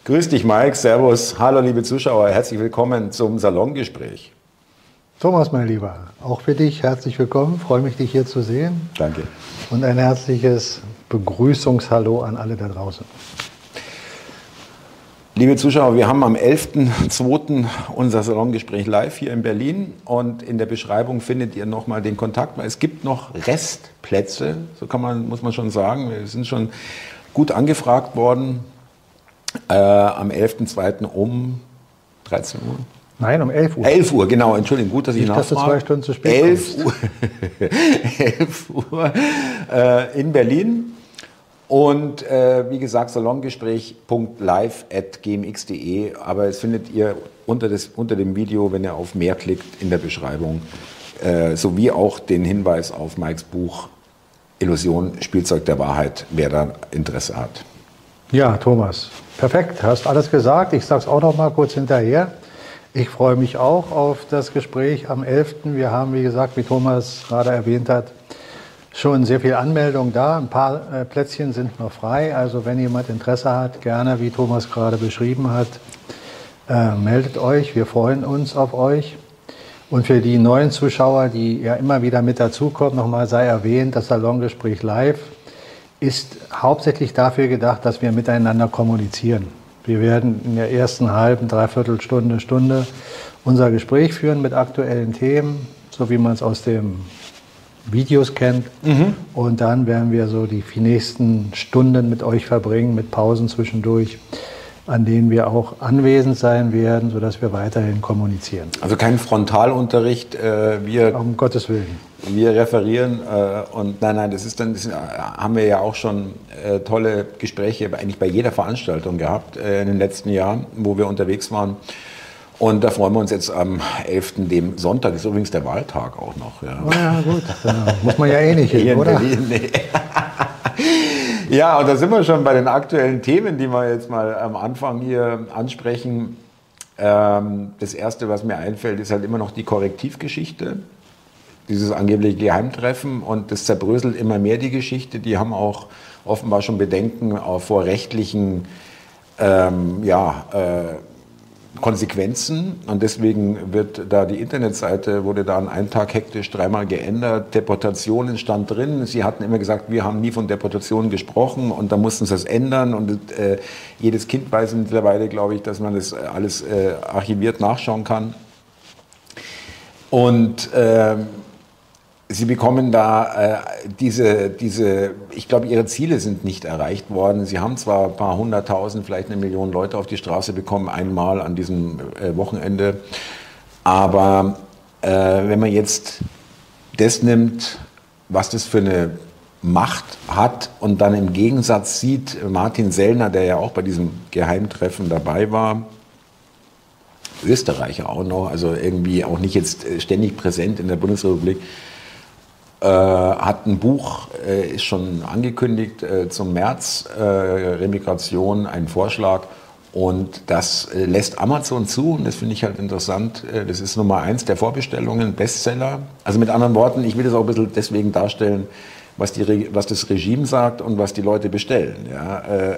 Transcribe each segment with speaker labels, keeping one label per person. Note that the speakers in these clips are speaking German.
Speaker 1: Grüß dich, Mike. Servus. Hallo, liebe Zuschauer. Herzlich willkommen zum Salongespräch.
Speaker 2: Thomas, mein Lieber, auch für dich herzlich willkommen. Freue mich, dich hier zu sehen.
Speaker 1: Danke.
Speaker 2: Und ein herzliches Begrüßungshallo an alle da draußen.
Speaker 1: Liebe Zuschauer, wir haben am 11.02. unser Salongespräch live hier in Berlin. Und in der Beschreibung findet ihr nochmal den Kontakt. Es gibt noch Restplätze, so muss man schon sagen. Wir sind schon gut angefragt worden. Am 11.02. um 13 Uhr.
Speaker 2: Nein, um 11 Uhr.
Speaker 1: 11 Uhr, genau. Entschuldigung, gut, dass ich nachfrage.
Speaker 2: Dass du 2 Stunden zu spät
Speaker 1: 11 Uhr, 11 Uhr in Berlin. Und wie gesagt, salongespräch.live@gmx.de. Aber es findet ihr unter dem Video, wenn ihr auf mehr klickt, in der Beschreibung. Sowie auch den Hinweis auf Mikes Buch Illusion, Spielzeug der Wahrheit, wer da Interesse hat.
Speaker 2: Ja, Thomas, perfekt. Hast alles gesagt. Ich sage es auch noch mal kurz hinterher. Ich freue mich auch auf das Gespräch am 11. Wir haben, wie gesagt, wie Thomas gerade erwähnt hat, schon sehr viele Anmeldungen da. Ein paar Plätzchen sind noch frei. Also wenn jemand Interesse hat, gerne, wie Thomas gerade beschrieben hat, meldet euch. Wir freuen uns auf euch. Und für die neuen Zuschauer, die ja immer wieder mit dazukommen, nochmal sei erwähnt, das Salongespräch live ist hauptsächlich dafür gedacht, dass wir miteinander kommunizieren. Wir werden in der ersten halben, dreiviertel Stunde unser Gespräch führen mit aktuellen Themen, so wie man es aus den Videos kennt. Und dann werden wir so die nächsten Stunden mit euch verbringen, mit Pausen zwischendurch, an denen wir auch anwesend sein werden, sodass wir weiterhin kommunizieren.
Speaker 1: Also kein Frontalunterricht,
Speaker 2: um Gottes Willen.
Speaker 1: Wir referieren und nein, das haben wir ja auch schon tolle Gespräche eigentlich bei jeder Veranstaltung gehabt in den letzten Jahren, wo wir unterwegs waren. Und da freuen wir uns jetzt am 11., dem Sonntag, ist übrigens der Wahltag auch noch. Ja,
Speaker 2: oh ja gut, da muss man ja eh nicht hin, oder?
Speaker 1: Berlin, nee. Ja, und da sind wir schon bei den aktuellen Themen, die wir jetzt mal am Anfang hier ansprechen. Das Erste, was mir einfällt, ist halt immer noch die Korrektivgeschichte. Dieses angebliche Geheimtreffen, und das zerbröselt immer mehr die Geschichte. Die haben auch offenbar schon Bedenken vor rechtlichen Konsequenzen, und deswegen wird da die Internetseite, wurde da an einem Tag hektisch 3-mal geändert. Deportationen stand drin. Sie hatten immer gesagt, wir haben nie von Deportationen gesprochen, und da mussten sie das ändern, und jedes Kind weiß mittlerweile, glaube ich, dass man das alles archiviert nachschauen kann. Und Sie bekommen da ich glaube, Ihre Ziele sind nicht erreicht worden. Sie haben zwar ein paar 100.000, vielleicht 1 Million Leute auf die Straße bekommen, einmal an diesem Wochenende. Aber wenn man jetzt das nimmt, was das für eine Macht hat, und dann im Gegensatz sieht, Martin Sellner, der ja auch bei diesem Geheimtreffen dabei war, Österreicher auch noch, also irgendwie auch nicht jetzt ständig präsent in der Bundesrepublik, hat ein Buch, ist schon angekündigt zum März, Remigration, ein Vorschlag, und das lässt Amazon zu, und das finde ich halt interessant. Das ist Nummer 1 der Vorbestellungen, Bestseller. Also mit anderen Worten, ich will das auch ein bisschen deswegen darstellen, was das Regime sagt und was die Leute bestellen. Ja.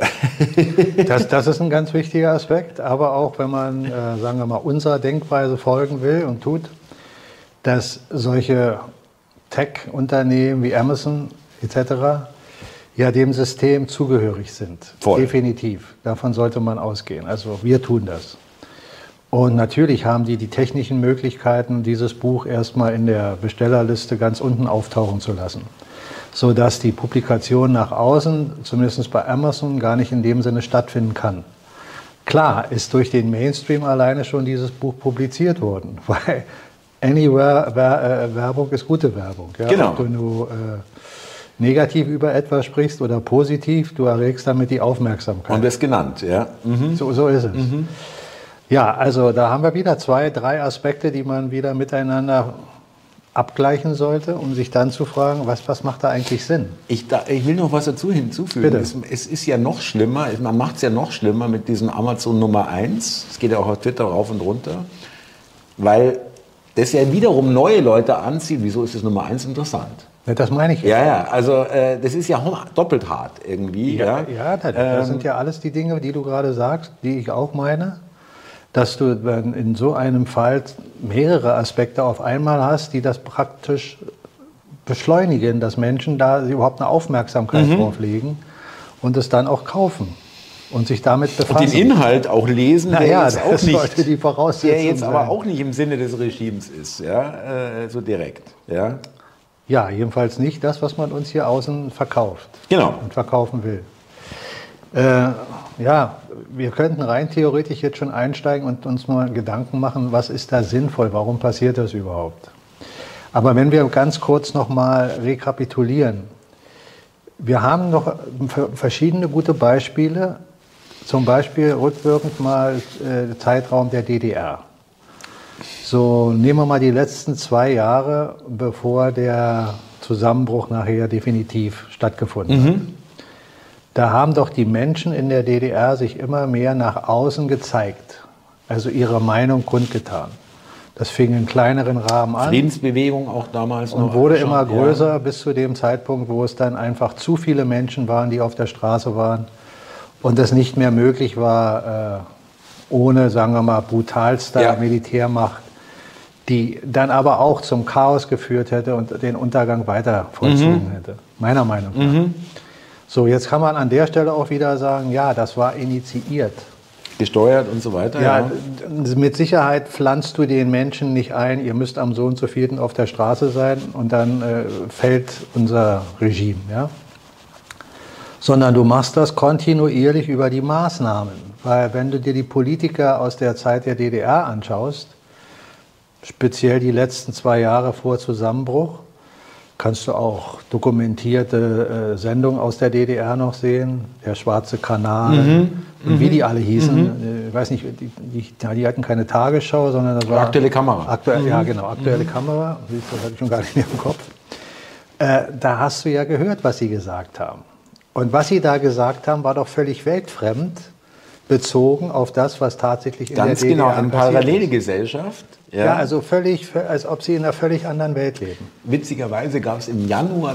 Speaker 2: Das ist ein ganz wichtiger Aspekt, aber auch wenn man, sagen wir mal, unserer Denkweise folgen will und tut, dass solche Tech-Unternehmen wie Amazon etc. ja dem System zugehörig sind.
Speaker 1: Voll.
Speaker 2: Definitiv. Davon sollte man ausgehen. Also wir tun das. Und natürlich haben die technischen Möglichkeiten, dieses Buch erstmal in der Bestellerliste ganz unten auftauchen zu lassen, sodass die Publikation nach außen, zumindest bei Amazon, gar nicht in dem Sinne stattfinden kann. Klar ist durch den Mainstream alleine schon dieses Buch publiziert worden, weil Werbung ist gute Werbung. Ja?
Speaker 1: Genau.
Speaker 2: Ob du nur negativ über etwas sprichst oder positiv, du erregst damit die Aufmerksamkeit.
Speaker 1: Und das genannt, ja.
Speaker 2: So ist es. Ja, also da haben wir wieder 2, 3 Aspekte, die man wieder miteinander abgleichen sollte, um sich dann zu fragen, was macht da eigentlich Sinn?
Speaker 1: Ich will noch was dazu hinzufügen.
Speaker 2: Bitte.
Speaker 1: Es ist ja noch schlimmer, man macht es ja noch schlimmer mit diesem Amazon Nummer 1. Es geht ja auch auf Twitter rauf und runter, weil das ja wiederum neue Leute anzieht. Wieso ist das Nummer 1 interessant?
Speaker 2: Ja, das meine ich
Speaker 1: Ja, ja, also das ist ja doppelt hart irgendwie.
Speaker 2: Ja, das sind ja alles die Dinge, die du gerade sagst, die ich auch meine. Dass du in so einem Fall mehrere Aspekte auf einmal hast, die das praktisch beschleunigen, dass Menschen da überhaupt eine Aufmerksamkeit drauf legen und es dann auch kaufen und sich damit befassen.
Speaker 1: Und den Inhalt auch lesen,
Speaker 2: das sollte die Voraussetzung
Speaker 1: der jetzt
Speaker 2: sein.
Speaker 1: aber auch nicht im Sinne des Regimes ist, so direkt. Ja?
Speaker 2: Ja, jedenfalls nicht das, was man uns hier außen verkauft und verkaufen will. Wir könnten rein theoretisch jetzt schon einsteigen und uns mal Gedanken machen, was ist da sinnvoll, warum passiert das überhaupt? Aber wenn wir ganz kurz noch mal rekapitulieren, wir haben noch verschiedene gute Beispiele, zum Beispiel rückwirkend mal Zeitraum der DDR. So, nehmen wir mal die letzten 2 Jahre, bevor der Zusammenbruch nachher definitiv stattgefunden hat. Da haben doch die Menschen in der DDR sich immer mehr nach außen gezeigt, also ihre Meinung kundgetan. Das fing in kleineren Rahmen an.
Speaker 1: Friedensbewegung auch damals noch.
Speaker 2: Und wurde immer größer bis zu dem Zeitpunkt, wo es dann einfach zu viele Menschen waren, die auf der Straße waren und es nicht mehr möglich war, ohne, sagen wir mal, brutalster Militärmacht, die dann aber auch zum Chaos geführt hätte und den Untergang weiter vollzogen hätte, meiner Meinung nach. So, jetzt kann man an der Stelle auch wieder sagen, ja, das war initiiert.
Speaker 1: Gesteuert und so weiter.
Speaker 2: Ja, mit Sicherheit pflanzt du den Menschen nicht ein, ihr müsst am so und so vierten auf der Straße sein und dann fällt unser Regime. Ja? Sondern du machst das kontinuierlich über die Maßnahmen. Weil wenn du dir die Politiker aus der Zeit der DDR anschaust, speziell die letzten 2 Jahre vor Zusammenbruch, kannst du auch dokumentierte Sendungen aus der DDR noch sehen, der Schwarze Kanal und wie die alle hießen. Ich weiß nicht, die hatten keine Tagesschau, sondern das war
Speaker 1: Aktuelle Kamera.
Speaker 2: Ja, genau, Aktuelle Kamera. Das hatte ich schon gar nicht mehr im Kopf. Da hast du ja gehört, was sie gesagt haben. Und was sie da gesagt haben, war doch völlig weltfremd, bezogen auf das, was tatsächlich in der DDR passiert ist.
Speaker 1: Ganz genau, eine parallele Gesellschaft.
Speaker 2: Ja, also völlig, als ob sie in einer völlig anderen Welt leben.
Speaker 1: Witzigerweise gab es im Januar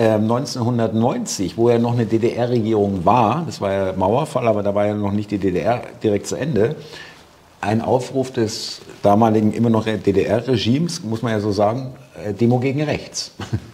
Speaker 1: 1990, wo ja noch eine DDR-Regierung war, das war ja Mauerfall, aber da war ja noch nicht die DDR direkt zu Ende, ein Aufruf des damaligen immer noch DDR-Regimes, muss man ja so sagen, Demo gegen rechts.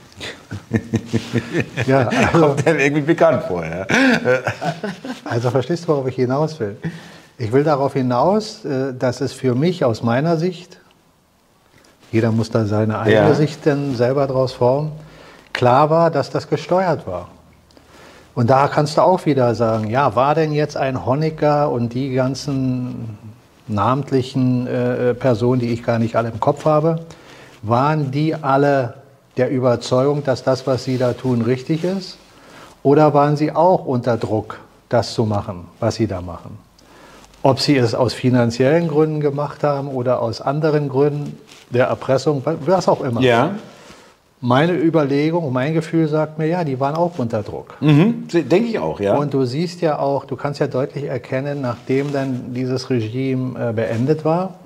Speaker 2: Ja, also,
Speaker 1: kommt einem irgendwie bekannt vor. Ja.
Speaker 2: Also verstehst du, worauf ich hinaus will? Ich will darauf hinaus, dass es für mich aus meiner Sicht, jeder muss da seine eigene Sicht dann selber draus formen, klar war, dass das gesteuert war. Und da kannst du auch wieder sagen, ja, war denn jetzt ein Honecker und die ganzen namentlichen Personen, die ich gar nicht alle im Kopf habe, waren die alle der Überzeugung, dass das, was sie da tun, richtig ist? Oder waren sie auch unter Druck, das zu machen, was sie da machen? Ob sie es aus finanziellen Gründen gemacht haben oder aus anderen Gründen, der Erpressung, was auch immer.
Speaker 1: Ja.
Speaker 2: Meine Überlegung, mein Gefühl sagt mir, ja, die waren auch unter Druck.
Speaker 1: Denke ich auch, ja.
Speaker 2: Und du siehst ja auch, du kannst ja deutlich erkennen, nachdem dann dieses Regime beendet war,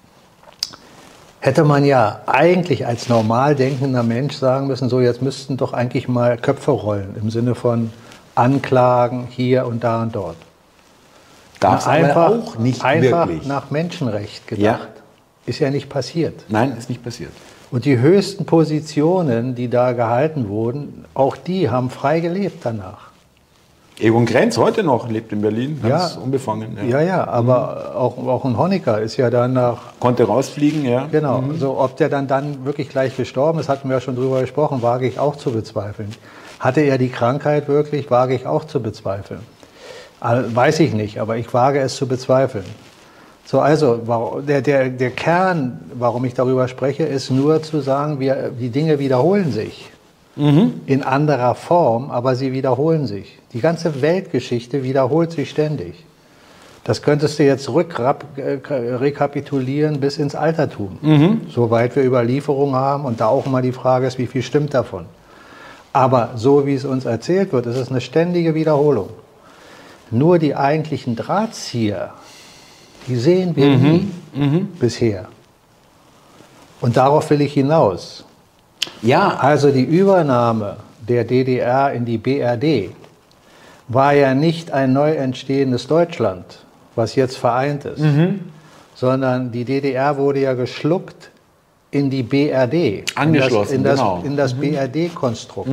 Speaker 2: hätte man ja eigentlich als normal denkender Mensch sagen müssen, so jetzt müssten doch eigentlich mal Köpfe rollen, im Sinne von Anklagen hier und da und dort.
Speaker 1: Gab es aber auch nicht
Speaker 2: einfach
Speaker 1: wirklich.
Speaker 2: Nach Menschenrecht gedacht.
Speaker 1: Ja.
Speaker 2: Ist ja nicht passiert.
Speaker 1: Nein, ist nicht passiert.
Speaker 2: Und die höchsten Positionen, die da gehalten wurden, auch die haben frei gelebt danach.
Speaker 1: Egon Krenz heute noch lebt in Berlin, ganz unbefangen.
Speaker 2: Ja, aber auch ein Honecker ist ja danach...
Speaker 1: Konnte rausfliegen, ja.
Speaker 2: Genau, so ob der dann wirklich gleich gestorben ist, hatten wir ja schon drüber gesprochen, wage ich auch zu bezweifeln. Hatte er die Krankheit wirklich, wage ich auch zu bezweifeln. Weiß ich nicht, aber ich wage es zu bezweifeln. So, also der Kern, warum ich darüber spreche, ist nur zu sagen, die Dinge wiederholen sich. In anderer Form, aber sie wiederholen sich. Die ganze Weltgeschichte wiederholt sich ständig. Das könntest du jetzt rekapitulieren bis ins Altertum. Soweit wir Überlieferungen haben und da auch mal die Frage ist, wie viel stimmt davon. Aber so wie es uns erzählt wird, ist es eine ständige Wiederholung. Nur die eigentlichen Drahtzieher, die sehen wir nie bisher. Und darauf will ich hinaus.
Speaker 1: Ja,
Speaker 2: Also die Übernahme der DDR in die BRD war ja nicht ein neu entstehendes Deutschland, was jetzt vereint ist, sondern die DDR wurde ja geschluckt in die BRD,
Speaker 1: Angeschlossen, genau.
Speaker 2: in das BRD-Konstrukt.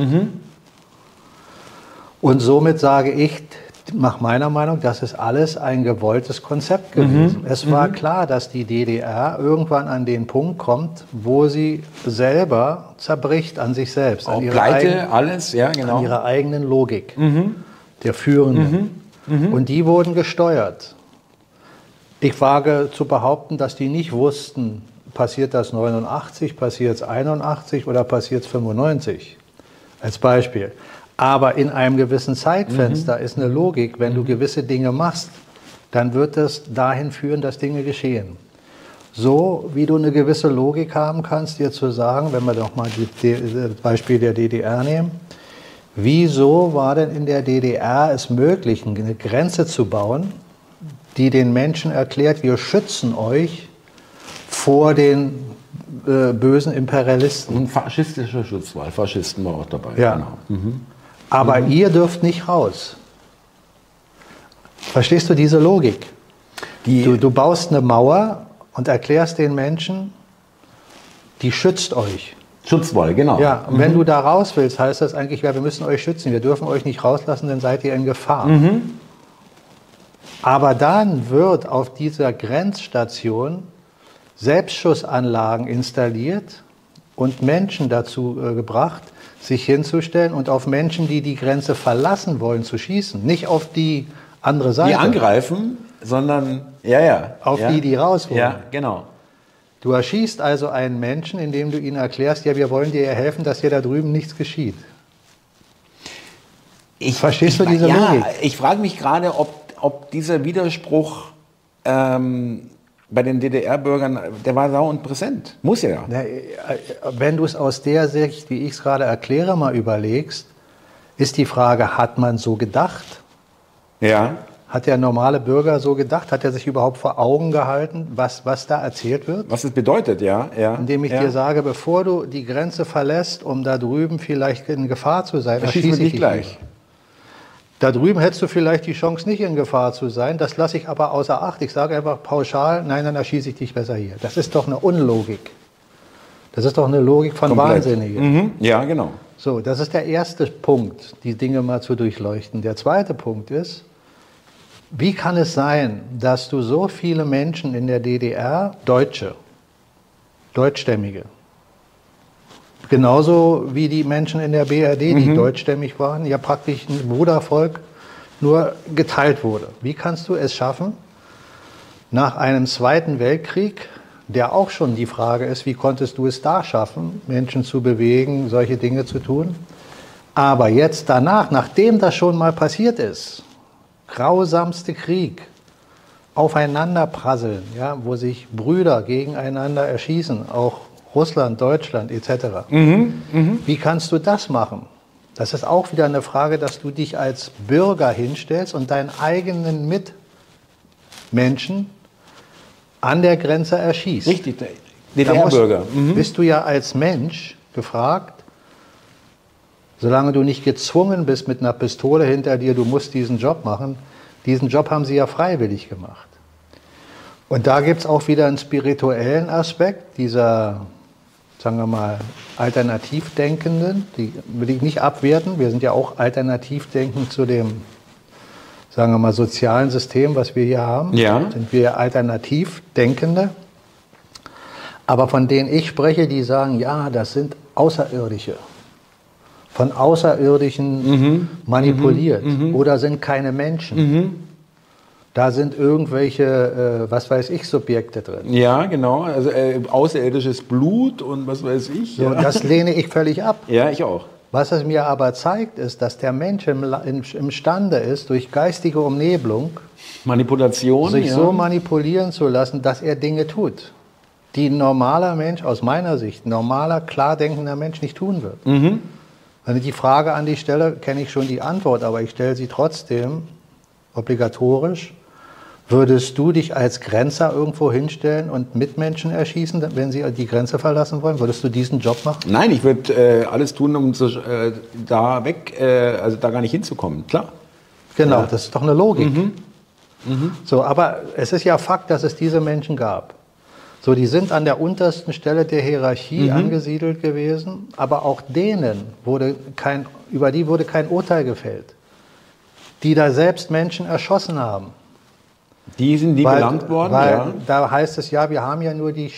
Speaker 2: Und somit sage ich, nach meiner Meinung, das ist alles ein gewolltes Konzept gewesen. Es war klar, dass die DDR irgendwann an den Punkt kommt, wo sie selber zerbricht an sich selbst,
Speaker 1: auch Pleite, alles, ja, genau.
Speaker 2: an ihrer eigenen Logik der Führenden. Und die wurden gesteuert. Ich wage zu behaupten, dass die nicht wussten, passiert das 89, passiert es 81 oder passiert es 95, als Beispiel. Aber in einem gewissen Zeitfenster ist eine Logik, wenn du gewisse Dinge machst, dann wird es dahin führen, dass Dinge geschehen. So wie du eine gewisse Logik haben kannst, dir zu sagen, wenn wir doch mal das Beispiel der DDR nehmen, wieso war denn in der DDR es möglich, eine Grenze zu bauen, die den Menschen erklärt, wir schützen euch vor den bösen Imperialisten.
Speaker 1: Ein faschistischer Schutzwall, Faschisten war auch dabei.
Speaker 2: Ja.
Speaker 1: Genau.
Speaker 2: Aber ihr dürft nicht raus. Verstehst du diese Logik? Du baust eine Mauer und erklärst den Menschen, die schützt euch.
Speaker 1: Schutzwall, genau.
Speaker 2: Ja, und wenn du da raus willst, heißt das eigentlich, ja, wir müssen euch schützen, wir dürfen euch nicht rauslassen, dann seid ihr in Gefahr. Aber dann wird auf dieser Grenzstation Selbstschussanlagen installiert und Menschen dazu gebracht, sich hinzustellen und auf Menschen, die die Grenze verlassen wollen, zu schießen. Nicht auf die andere Seite.
Speaker 1: Die angreifen, sondern,
Speaker 2: auf die raus wollen.
Speaker 1: Ja, genau.
Speaker 2: Du erschießt also einen Menschen, indem du ihnen erklärst, ja, wir wollen dir helfen, dass dir da drüben nichts geschieht. Verstehst du diese Logik?
Speaker 1: Ja, ich frage mich gerade, ob dieser Widerspruch bei den DDR-Bürgern, der war sau und präsent. Muss ja.
Speaker 2: Wenn du es aus der Sicht, wie ich es gerade erkläre, mal überlegst, ist die Frage, hat man so gedacht?
Speaker 1: Ja.
Speaker 2: Hat der normale Bürger so gedacht? Hat er sich überhaupt vor Augen gehalten, was da erzählt wird?
Speaker 1: Was es bedeutet, ja.
Speaker 2: Indem ich dir sage, bevor du die Grenze verlässt, um da drüben vielleicht in Gefahr zu sein,
Speaker 1: erschieße ich dich gleich.
Speaker 2: Da drüben hättest du vielleicht die Chance, nicht in Gefahr zu sein. Das lasse ich aber außer Acht. Ich sage einfach pauschal, nein, dann erschieße ich dich besser hier. Das ist doch eine Unlogik. Das ist doch eine Logik von Wahnsinnigen.
Speaker 1: Ja, genau.
Speaker 2: So, das ist der erste Punkt, die Dinge mal zu durchleuchten. Der zweite Punkt ist, wie kann es sein, dass du so viele Menschen in der DDR, Deutschstämmige, genauso wie die Menschen in der BRD, die deutschstämmig waren, ja praktisch ein Brudervolk, nur geteilt wurde. Wie kannst du es schaffen, nach einem Zweiten Weltkrieg, der auch schon die Frage ist, wie konntest du es da schaffen, Menschen zu bewegen, solche Dinge zu tun? Aber jetzt danach, nachdem das schon mal passiert ist, grausamste Krieg, aufeinanderprasseln, ja, wo sich Brüder gegeneinander erschießen, auch Russland, Deutschland etc. Wie kannst du das machen? Das ist auch wieder eine Frage, dass du dich als Bürger hinstellst und deinen eigenen Mitmenschen an der Grenze erschießt.
Speaker 1: Richtig, DDR-Bürger.
Speaker 2: Bist du ja als Mensch gefragt, solange du nicht gezwungen bist mit einer Pistole hinter dir, du musst diesen Job machen. Diesen Job haben sie ja freiwillig gemacht. Und da gibt es auch wieder einen spirituellen Aspekt dieser, sagen wir mal, Alternativdenkenden, die will ich nicht abwerten. Wir sind ja auch alternativdenkend zu dem, sagen wir mal, sozialen System, was wir hier haben.
Speaker 1: Ja.
Speaker 2: Sind wir Alternativdenkende. Aber von denen ich spreche, die sagen, ja, das sind Außerirdische. Von Außerirdischen manipuliert oder sind keine Menschen. Da sind irgendwelche, was weiß ich, Subjekte drin.
Speaker 1: Ja, genau. Also außerirdisches Blut und was weiß ich.
Speaker 2: So, das lehne ich völlig ab.
Speaker 1: Ja, ich auch.
Speaker 2: Was es mir aber zeigt, ist, dass der Mensch imstande ist, durch geistige Umnebelung
Speaker 1: Manipulation,
Speaker 2: sich so manipulieren zu lassen, dass er Dinge tut, die ein normaler Mensch, aus meiner Sicht, ein normaler, klar denkender Mensch nicht tun wird. Wenn ich die Frage an dich stelle, kenne ich schon die Antwort, aber ich stelle sie trotzdem obligatorisch. Würdest du dich als Grenzer irgendwo hinstellen und Mitmenschen erschießen, wenn sie die Grenze verlassen wollen? Würdest du diesen Job machen?
Speaker 1: Nein, ich würde alles tun, um da weg, also da gar nicht hinzukommen, klar.
Speaker 2: Genau,
Speaker 1: Ja.
Speaker 2: das ist doch eine Logik. So, aber es ist ja Fakt, dass es diese Menschen gab. So, die sind an der untersten Stelle der Hierarchie angesiedelt gewesen, aber auch über die wurde kein Urteil gefällt, die da selbst Menschen erschossen haben.
Speaker 1: Die sind nie belangt worden,
Speaker 2: weil
Speaker 1: ja.
Speaker 2: da heißt es ja, wir haben ja nur die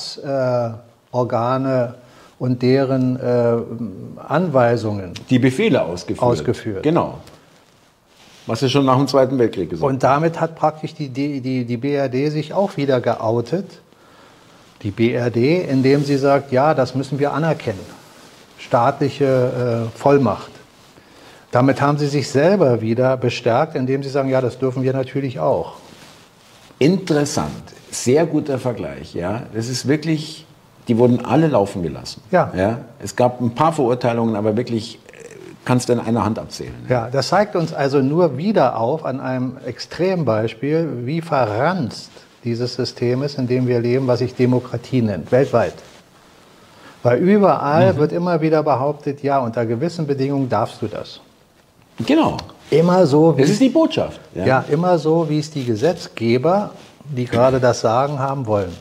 Speaker 2: Staatsorgane und deren Anweisungen.
Speaker 1: Die Befehle ausgeführt. Genau. Was sie schon nach dem Zweiten Weltkrieg gesagt haben.
Speaker 2: Und damit hat praktisch die BRD sich auch wieder geoutet. Die BRD, indem sie sagt, ja, das müssen wir anerkennen. Staatliche Vollmacht. Damit haben sie sich selber wieder bestärkt, indem sie sagen, ja, das dürfen wir natürlich auch.
Speaker 1: Interessant. Sehr guter Vergleich, ja. Das ist wirklich, die wurden alle laufen gelassen.
Speaker 2: Ja.
Speaker 1: Es gab ein paar Verurteilungen, aber wirklich kannst du in einer Hand abzählen.
Speaker 2: Ja, das zeigt uns also nur wieder auf an einem Extrembeispiel, wie verranzt dieses System ist, in dem wir leben, was sich Demokratie nennt, weltweit. Weil überall wird immer wieder behauptet, ja, unter gewissen Bedingungen darfst du das.
Speaker 1: Genau.
Speaker 2: Immer so,
Speaker 1: Das ist die Botschaft.
Speaker 2: ja, immer so, wie es die Gesetzgeber, die gerade das Sagen haben wollen.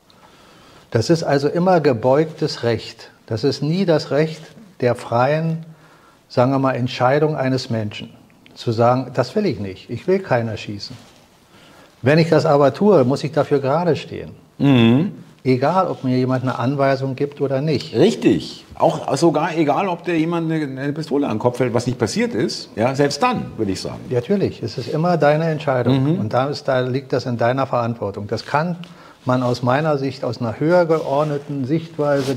Speaker 2: Das ist also immer gebeugtes Recht. Das ist nie das Recht der freien, sagen wir mal, Entscheidung eines Menschen. Zu sagen, das will ich nicht, ich will keinen erschießen. Wenn ich das aber tue, muss ich dafür gerade stehen. Egal, ob mir jemand eine Anweisung gibt oder nicht.
Speaker 1: Richtig. Auch sogar egal, ob dir jemand eine Pistole an den Kopf hält, was nicht passiert ist. Ja, selbst dann, würde ich sagen.
Speaker 2: Natürlich, es ist immer deine Entscheidung und da liegt das in deiner Verantwortung. Das kann man aus meiner Sicht, aus einer höher geordneten Sichtweise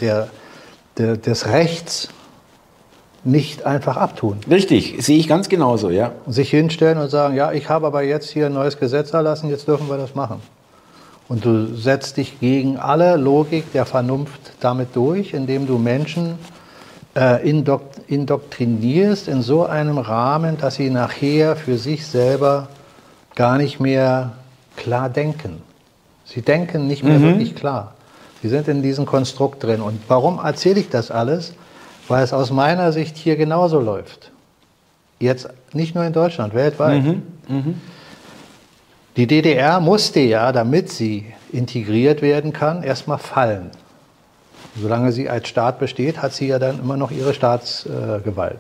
Speaker 2: des Rechts nicht einfach abtun.
Speaker 1: Richtig, sehe ich ganz genauso, ja.
Speaker 2: Sich hinstellen und sagen, ja, ich habe aber jetzt hier ein neues Gesetz erlassen, jetzt dürfen wir das machen. Und du setzt dich gegen alle Logik der Vernunft damit durch, indem du Menschen indoktrinierst in so einem Rahmen, dass sie nachher für sich selber gar nicht mehr klar denken. Sie denken nicht mehr wirklich klar. Sie sind in diesem Konstrukt drin. Und warum erzähle ich das alles? Weil es aus meiner Sicht hier genauso läuft. Jetzt nicht nur in Deutschland, weltweit. Die DDR musste ja, damit sie integriert werden kann, erstmal fallen. Solange sie als Staat besteht, hat sie ja dann immer noch ihre Staatsgewalt.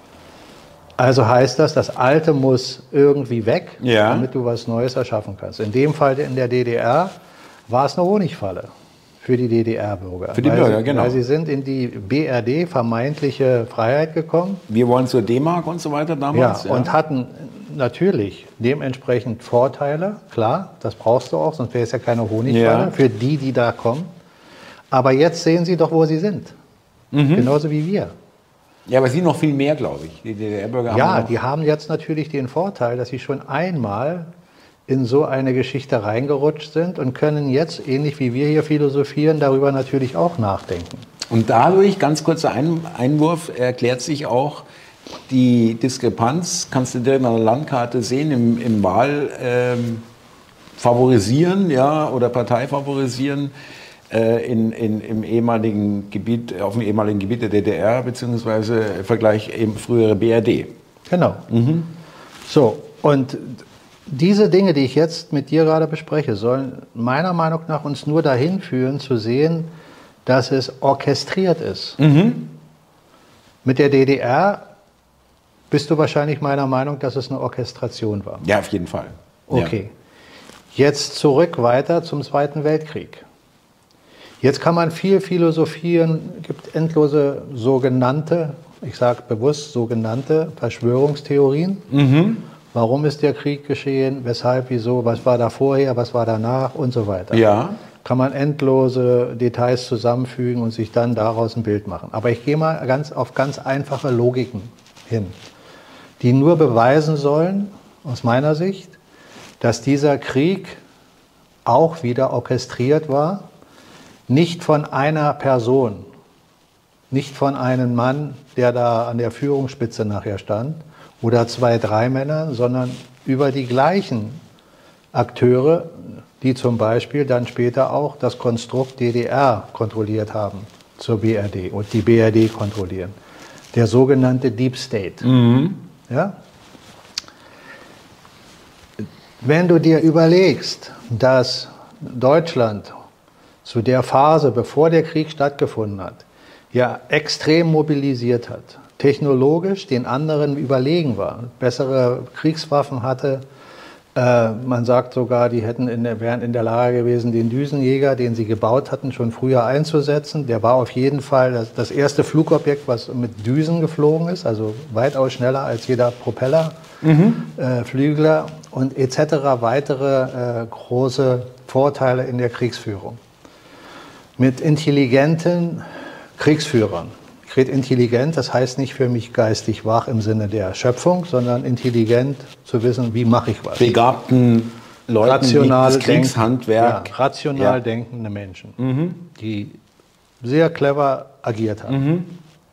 Speaker 2: Also heißt das, das Alte muss irgendwie weg, damit du was Neues erschaffen kannst. In dem Fall in der DDR war es eine Honigfalle für die DDR-Bürger.
Speaker 1: Für die Bürger, genau.
Speaker 2: Weil sie sind in die BRD, vermeintliche Freiheit gekommen.
Speaker 1: Wir wollen zur D-Mark und so weiter damals.
Speaker 2: Ja, und hatten natürlich dementsprechend Vorteile, klar, das brauchst du auch, sonst wäre es ja keine Honigfalle für die, die da kommen. Aber jetzt sehen sie doch, wo sie sind. Genauso wie wir.
Speaker 1: Ja, aber sie noch viel mehr, glaube ich. Die DDR-Bürger haben
Speaker 2: ja, die haben jetzt natürlich den Vorteil, dass sie schon einmal in so eine Geschichte reingerutscht sind und können jetzt, ähnlich wie wir hier philosophieren, darüber natürlich auch nachdenken.
Speaker 1: Und dadurch, ganz kurzer Einwurf, erklärt sich auch die Diskrepanz, kannst du direkt an der Landkarte sehen, im Wahl favorisieren, ja, oder Partei favorisieren im ehemaligen Gebiet, auf dem ehemaligen Gebiet der DDR, beziehungsweise Vergleich eben frühere BRD.
Speaker 2: Genau. So, und diese Dinge, die ich jetzt mit dir gerade bespreche, sollen meiner Meinung nach uns nur dahin führen, zu sehen, dass es orchestriert ist. Mit der DDR bist du wahrscheinlich meiner Meinung, dass es eine Orchestration war.
Speaker 1: Ja, auf jeden Fall.
Speaker 2: Okay. Jetzt zurück weiter zum Zweiten Weltkrieg. Jetzt kann man viel philosophieren, es gibt endlose sogenannte, ich sage bewusst sogenannte Verschwörungstheorien. Warum ist der Krieg geschehen, weshalb, wieso, was war da vorher, was war danach und so weiter.
Speaker 1: Ja.
Speaker 2: Kann man endlose Details zusammenfügen und sich dann daraus ein Bild machen. Aber ich gehe mal auf ganz einfache Logiken hin, die nur beweisen sollen, aus meiner Sicht, dass dieser Krieg auch wieder orchestriert war, nicht von einer Person, nicht von einem Mann, der da an der Führungsspitze nachher stand, oder 2, 3 Männern, sondern über die gleichen Akteure, die zum Beispiel dann später auch das Konstrukt DDR kontrolliert haben zur BRD und die BRD kontrollieren. Der sogenannte Deep State. Ja? Wenn du dir überlegst, dass Deutschland zu der Phase, bevor der Krieg stattgefunden hat, ja extrem mobilisiert hat, technologisch den anderen überlegen war, bessere Kriegswaffen hatte. Man sagt sogar, die wären in der Lage gewesen, den Düsenjäger, den sie gebaut hatten, schon früher einzusetzen. Der war auf jeden Fall das erste Flugobjekt, was mit Düsen geflogen ist, also weitaus schneller als jeder Propeller, Flügler und etc. Weitere große Vorteile in der Kriegsführung. Mit intelligenten Kriegsführern. Ich rede intelligent, das heißt nicht für mich geistig wach im Sinne der Schöpfung, sondern intelligent zu wissen, wie mache ich was.
Speaker 1: Begabten Leuten,
Speaker 2: rational
Speaker 1: die das Kriegshandwerk.
Speaker 2: Ja, rational denkende Menschen, die sehr clever agiert haben.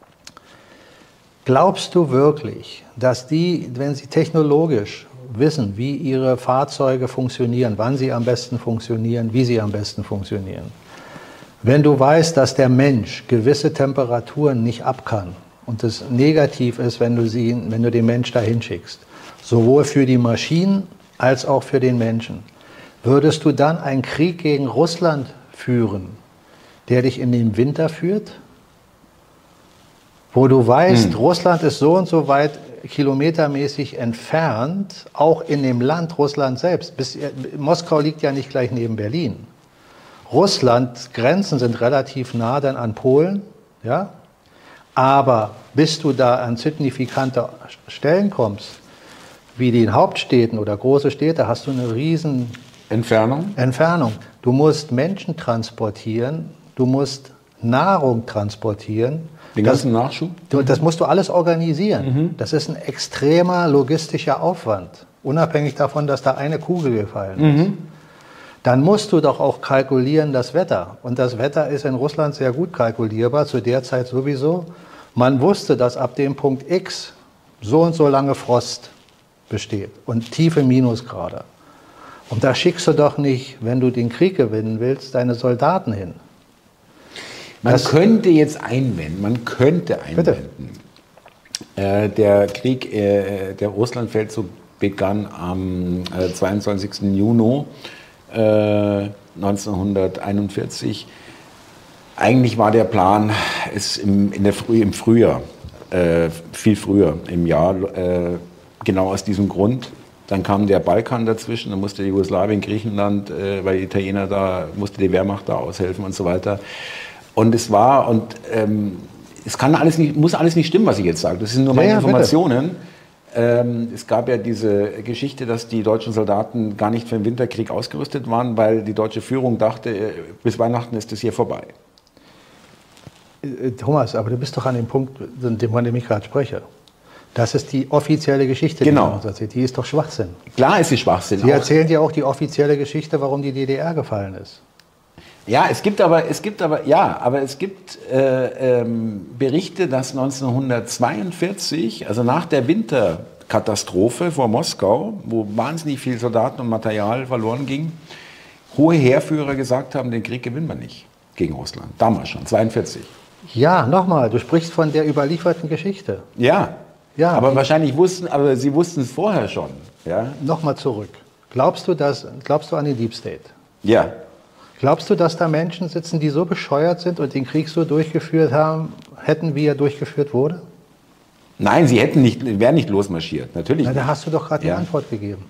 Speaker 2: Glaubst du wirklich, dass die, wenn sie technologisch wissen, wie ihre Fahrzeuge funktionieren, wann sie am besten funktionieren, wie sie am besten funktionieren, wenn du weißt, dass der Mensch gewisse Temperaturen nicht ab kann und es negativ ist, wenn du den Mensch dahin schickst, sowohl für die Maschinen als auch für den Menschen, würdest du dann einen Krieg gegen Russland führen, der dich in den Winter führt? Wo du weißt, Russland ist so und so weit kilometermäßig entfernt, auch in dem Land Russland selbst. Moskau liegt ja nicht gleich neben Berlin. Russlands Grenzen sind relativ nah dann an Polen, ja? Aber bis du da an signifikante Stellen kommst, wie die Hauptstädten oder große Städte, hast du eine riesen Entfernung. Du musst Menschen transportieren, du musst Nahrung transportieren.
Speaker 1: Den ganzen Nachschub?
Speaker 2: Das musst du alles organisieren. Das ist ein extremer logistischer Aufwand, unabhängig davon, dass da eine Kugel gefallen ist. Dann musst du doch auch kalkulieren das Wetter. Und das Wetter ist in Russland sehr gut kalkulierbar, zu der Zeit sowieso. Man wusste, dass ab dem Punkt X so und so lange Frost besteht und tiefe Minusgrade. Und da schickst du doch nicht, wenn du den Krieg gewinnen willst, deine Soldaten hin.
Speaker 1: Man könnte jetzt einwenden, der Krieg, der Russlandfeldzug begann am 22. Juni 1941. Eigentlich war der Plan, es im Frühjahr, viel früher im Jahr, genau aus diesem Grund. Dann kam der Balkan dazwischen, dann musste Jugoslawien, Griechenland, weil die Italiener da, musste die Wehrmacht da aushelfen und so weiter. Und es kann alles nicht, muss alles nicht stimmen, was ich jetzt sage. Das sind nur meine Informationen. Bitte. Es gab ja diese Geschichte, dass die deutschen Soldaten gar nicht für den Winterkrieg ausgerüstet waren, weil die deutsche Führung dachte, bis Weihnachten ist das hier vorbei.
Speaker 2: Thomas, aber du bist doch an dem Punkt, von dem ich gerade spreche. Das ist die offizielle Geschichte, die man uns erzählt. Die ist doch Schwachsinn.
Speaker 1: Klar ist sie Schwachsinn.
Speaker 2: Sie erzählen dir auch die offizielle Geschichte, warum die DDR gefallen ist.
Speaker 1: Ja, es gibt Berichte, dass 1942, also nach der Winterkatastrophe vor Moskau, wo wahnsinnig viele Soldaten und Material verloren ging, hohe Heerführer gesagt haben, den Krieg gewinnen wir nicht gegen Russland. Damals schon, 1942.
Speaker 2: Ja, nochmal, du sprichst von der überlieferten Geschichte.
Speaker 1: Ja, aber wahrscheinlich sie wussten es vorher schon. Ja?
Speaker 2: Nochmal zurück. Glaubst du an den Deep State?
Speaker 1: Ja.
Speaker 2: Glaubst du, dass da Menschen sitzen, die so bescheuert sind und den Krieg so durchgeführt hätten, wie er durchgeführt wurde?
Speaker 1: Nein, sie wären nicht losmarschiert, natürlich nicht.
Speaker 2: Da hast du doch gerade die Antwort gegeben.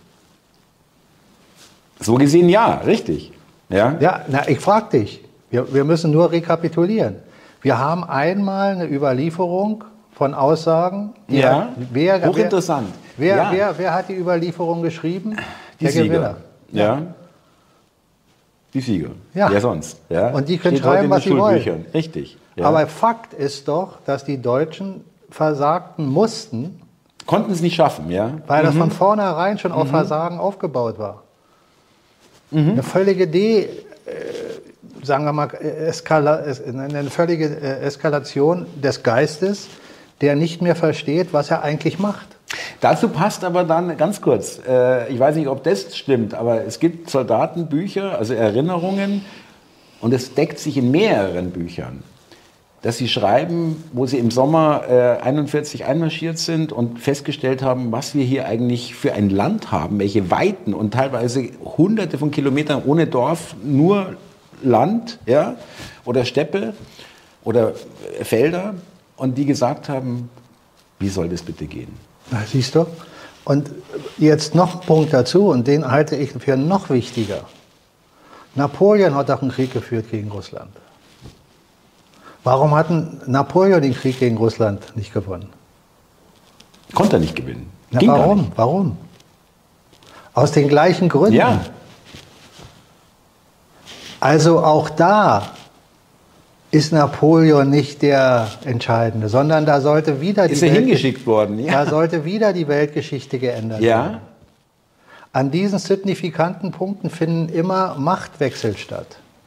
Speaker 1: So gesehen ja, richtig. Ja,
Speaker 2: ich frage dich. Wir müssen nur rekapitulieren. Wir haben einmal eine Überlieferung von Aussagen.
Speaker 1: Hochinteressant.
Speaker 2: Wer hat die Überlieferung geschrieben?
Speaker 1: Der Gewinner. Ja. Die Sieger.
Speaker 2: Ja.
Speaker 1: Wer sonst? Ja.
Speaker 2: Und die können schreiben, was sie wollen.
Speaker 1: Richtig. Ja.
Speaker 2: Aber Fakt ist doch, dass die Deutschen versagten mussten.
Speaker 1: Konnten es nicht schaffen, ja.
Speaker 2: Weil das von vornherein schon auf Versagen aufgebaut war. Eine völlige eine völlige Eskalation des Geistes, der nicht mehr versteht, was er eigentlich macht.
Speaker 1: Dazu passt aber dann, ganz kurz, ich weiß nicht, ob das stimmt, aber es gibt Soldatenbücher, also Erinnerungen, und es deckt sich in mehreren Büchern, dass sie schreiben, wo sie im Sommer 41 einmarschiert sind und festgestellt haben, was wir hier eigentlich für ein Land haben, welche Weiten und teilweise hunderte von Kilometern ohne Dorf, nur Land, ja, oder Steppe oder Felder, und die gesagt haben, wie soll das bitte gehen?
Speaker 2: Na, siehst du? Und jetzt noch ein Punkt dazu, und den halte ich für noch wichtiger. Napoleon hat auch einen Krieg geführt gegen Russland. Warum hat Napoleon den Krieg gegen Russland nicht gewonnen?
Speaker 1: Konnte er nicht gewinnen.
Speaker 2: Na, warum? Warum? Aus den gleichen Gründen.
Speaker 1: Ja.
Speaker 2: Also auch da ist Napoleon nicht der Entscheidende, sondern da sollte wieder
Speaker 1: ist er hingeschickt worden. Ja.
Speaker 2: Da sollte wieder die Weltgeschichte geändert werden. An diesen signifikanten Punkten finden immer Machtwechsel statt.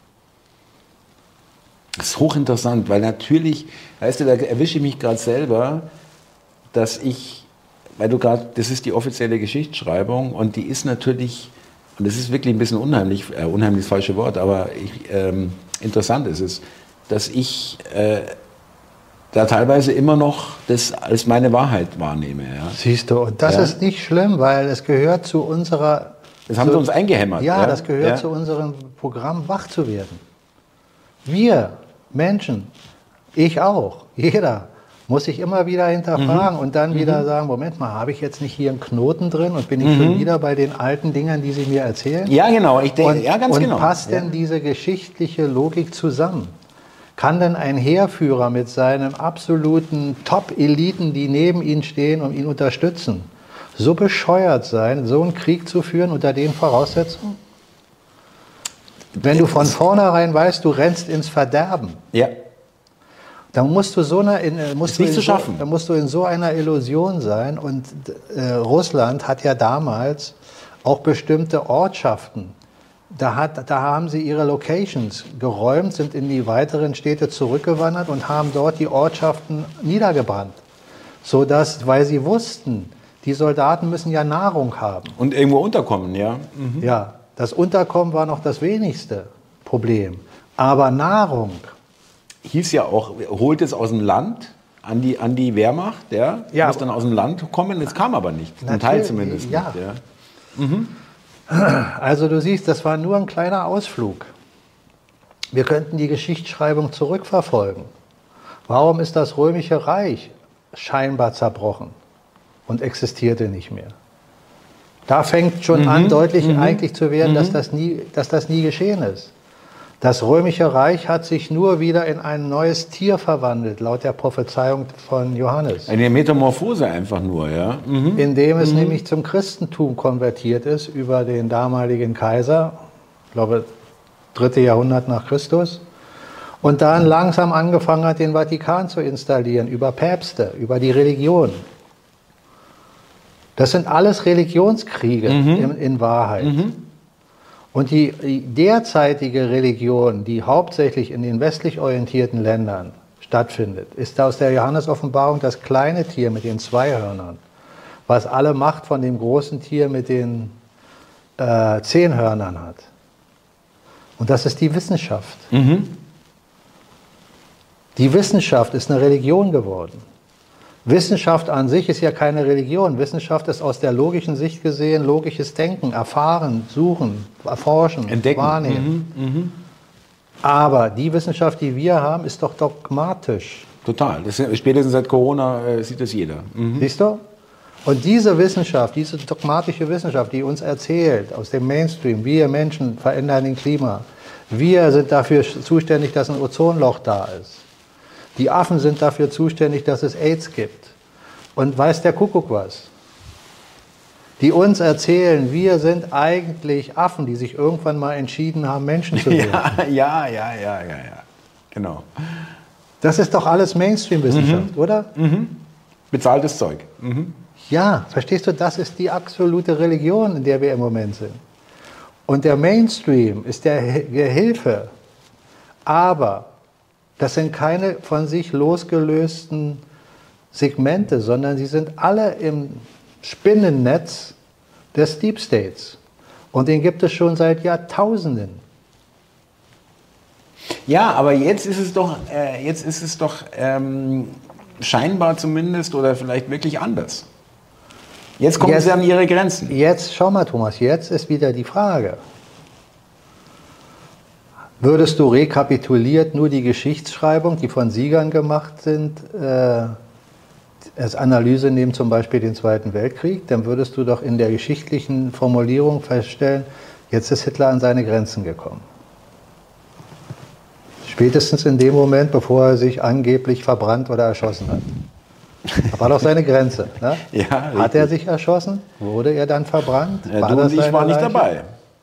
Speaker 1: Das ist hochinteressant, weil natürlich, weißt du, da erwische ich mich gerade selber, dass ich, weil du gerade, das ist die offizielle Geschichtsschreibung und die ist natürlich, und das ist wirklich ein bisschen unheimlich, unheimlich ist das falsche Wort, aber interessant ist es, dass ich da teilweise immer noch das als meine Wahrheit wahrnehme. Ja.
Speaker 2: Siehst du, und das ist nicht schlimm, weil es gehört zu unserer...
Speaker 1: Das haben sie uns eingehämmert.
Speaker 2: Ja, das gehört zu unserem Programm, wach zu werden. Wir Menschen, ich auch, jeder, muss sich immer wieder hinterfragen und dann wieder sagen, Moment mal, habe ich jetzt nicht hier einen Knoten drin und bin ich schon wieder bei den alten Dingern, die Sie mir erzählen?
Speaker 1: Ja, genau, ich denke, ja, ganz genau.
Speaker 2: Und passt denn diese geschichtliche Logik zusammen? Kann denn ein Heerführer mit seinen absoluten Top-Eliten, die neben ihm stehen und ihn unterstützen, so bescheuert sein, so einen Krieg zu führen unter den Voraussetzungen? Wenn du von vornherein weißt, du rennst ins Verderben, dann musst du dann musst du in so einer Illusion sein. Und Russland hat ja damals auch bestimmte Ortschaften. Da haben sie ihre Locations geräumt, sind in die weiteren Städte zurückgewandert und haben dort die Ortschaften niedergebrannt. Sodass, weil sie wussten, die Soldaten müssen ja Nahrung haben.
Speaker 1: Und irgendwo unterkommen, ja.
Speaker 2: Ja. Das Unterkommen war noch das wenigste Problem. Aber Nahrung.
Speaker 1: Hieß ja auch, holt es aus dem Land an die Wehrmacht, muss dann aus dem Land kommen. Es kam aber nicht. Ein Teil zumindest nicht.
Speaker 2: Also du siehst, das war nur ein kleiner Ausflug. Wir könnten die Geschichtsschreibung zurückverfolgen. Warum ist das Römische Reich scheinbar zerbrochen und existierte nicht mehr? Da fängt schon an, deutlich eigentlich zu werden, dass das nie geschehen ist. Das Römische Reich hat sich nur wieder in ein neues Tier verwandelt, laut der Prophezeiung von Johannes.
Speaker 1: Eine Metamorphose einfach nur, ja.
Speaker 2: Indem es nämlich zum Christentum konvertiert ist über den damaligen Kaiser, ich glaube 3. Jahrhundert nach Christus, und dann langsam angefangen hat, den Vatikan zu installieren, über Päpste, über die Religion. Das sind alles Religionskriege in Wahrheit. Und die derzeitige Religion, die hauptsächlich in den westlich orientierten Ländern stattfindet, ist aus der Johannes-Offenbarung das kleine Tier mit den 2 Hörnern, was alle Macht von dem großen Tier mit den 10 Hörnern hat. Und das ist die Wissenschaft. Die Wissenschaft ist eine Religion geworden. Wissenschaft an sich ist ja keine Religion. Wissenschaft ist aus der logischen Sicht gesehen logisches Denken, erfahren, suchen, erforschen,
Speaker 1: entdecken,
Speaker 2: wahrnehmen. Aber die Wissenschaft, die wir haben, ist doch dogmatisch.
Speaker 1: Total. Spätestens seit Corona sieht das jeder.
Speaker 2: Siehst du? Und diese Wissenschaft, diese dogmatische Wissenschaft, die uns erzählt aus dem Mainstream, wir Menschen verändern den Klima, wir sind dafür zuständig, dass ein Ozonloch da ist. Die Affen sind dafür zuständig, dass es AIDS gibt. Und weiß der Kuckuck was? Die uns erzählen, wir sind eigentlich Affen, die sich irgendwann mal entschieden haben, Menschen zu werden.
Speaker 1: Ja. Genau.
Speaker 2: Das ist doch alles Mainstream-Wissenschaft, oder?
Speaker 1: Bezahltes Zeug.
Speaker 2: Ja, verstehst du, das ist die absolute Religion, in der wir im Moment sind. Und der Mainstream ist der Hilfe. Aber das sind keine von sich losgelösten Segmente, sondern sie sind alle Spinnennetz des Deep States. Und den gibt es schon seit Jahrtausenden.
Speaker 1: Ja, aber jetzt ist es doch, scheinbar zumindest oder vielleicht wirklich anders. Jetzt kommen sie an ihre Grenzen.
Speaker 2: Jetzt, schau mal, Thomas, jetzt ist wieder die Frage. Würdest du rekapituliert nur die Geschichtsschreibung, die von Siegern gemacht sind, als Analyse nehmen, zum Beispiel den Zweiten Weltkrieg, dann würdest du doch in der geschichtlichen Formulierung feststellen, jetzt ist Hitler an seine Grenzen gekommen. Spätestens in dem Moment, bevor er sich angeblich verbrannt oder erschossen hat. Das war doch seine Grenze. Ne?
Speaker 1: Ja,
Speaker 2: hat er sich erschossen? Wurde er dann verbrannt?
Speaker 1: Ja, du und ich war nicht dabei.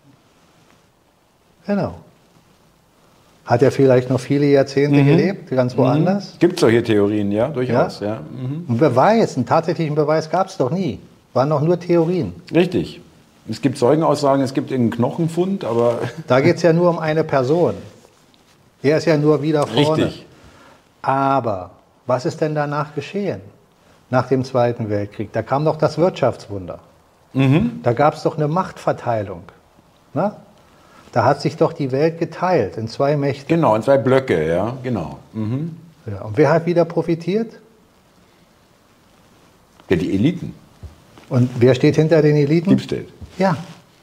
Speaker 2: Genau. Hat er vielleicht noch viele Jahrzehnte gelebt, ganz woanders?
Speaker 1: Gibt solche Theorien, ja, durchaus. Ja?
Speaker 2: Ja. Ein Beweis, einen tatsächlichen Beweis gab es doch nie. Waren doch nur Theorien.
Speaker 1: Richtig. Es gibt Zeugenaussagen, es gibt irgendeinen Knochenfund, aber...
Speaker 2: Da geht es ja nur um eine Person. Er ist ja nur wieder vorne.
Speaker 1: Richtig.
Speaker 2: Aber was ist denn danach geschehen? Nach dem Zweiten Weltkrieg. Da kam doch das Wirtschaftswunder. Da gab es doch eine Machtverteilung. Na? Da hat sich doch die Welt geteilt in zwei Mächte.
Speaker 1: Genau, in zwei Blöcke, ja, genau.
Speaker 2: Ja, und wer hat wieder profitiert?
Speaker 1: Ja, die Eliten.
Speaker 2: Und wer steht hinter den Eliten?
Speaker 1: Deep State.
Speaker 2: Ja.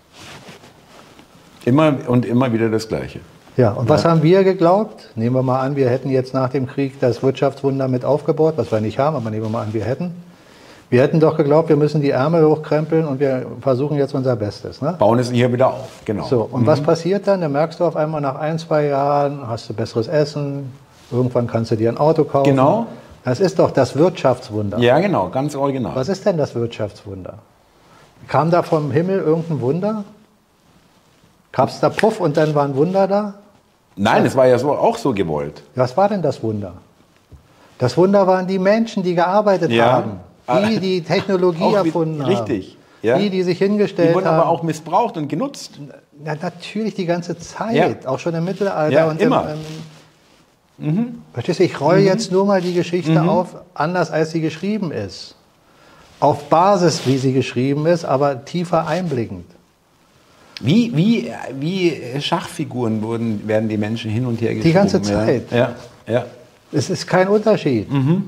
Speaker 1: Immer und immer wieder das Gleiche.
Speaker 2: Ja, und was haben wir geglaubt? Nehmen wir mal an, wir hätten jetzt nach dem Krieg das Wirtschaftswunder mit aufgebaut, was wir nicht haben, aber nehmen wir mal an, wir hätten. Wir hätten doch geglaubt, wir müssen die Ärmel hochkrempeln und wir versuchen jetzt unser Bestes. Ne?
Speaker 1: Bauen es hier wieder auf, genau.
Speaker 2: So, und was passiert dann? Dann merkst du auf einmal nach 1, 2 Jahren, hast du besseres Essen, irgendwann kannst du dir ein Auto kaufen.
Speaker 1: Genau.
Speaker 2: Das ist doch das Wirtschaftswunder.
Speaker 1: Ja, genau, ganz original.
Speaker 2: Was ist denn das Wirtschaftswunder? Kam da vom Himmel irgendein Wunder? Gab es da Puff und dann war ein Wunder da?
Speaker 1: Nein, es war ja so, auch so gewollt.
Speaker 2: Was war denn das Wunder? Das Wunder waren die Menschen, die gearbeitet haben. Die Technologie erfunden haben.
Speaker 1: Richtig. Ja.
Speaker 2: Die sich hingestellt haben.
Speaker 1: Die wurden aber auch missbraucht und genutzt.
Speaker 2: Ja, natürlich die ganze Zeit,
Speaker 1: Ja.
Speaker 2: auch schon im Mittelalter.
Speaker 1: Ja,
Speaker 2: und
Speaker 1: immer.
Speaker 2: Verstehst du, ich rolle jetzt nur mal die Geschichte auf, anders als sie geschrieben ist. Auf Basis, wie sie geschrieben ist, aber tiefer einblickend.
Speaker 1: Wie Schachfiguren werden die Menschen hin und her geschoben.
Speaker 2: Die ganze Zeit.
Speaker 1: Ja. Ja.
Speaker 2: Es ist kein Unterschied.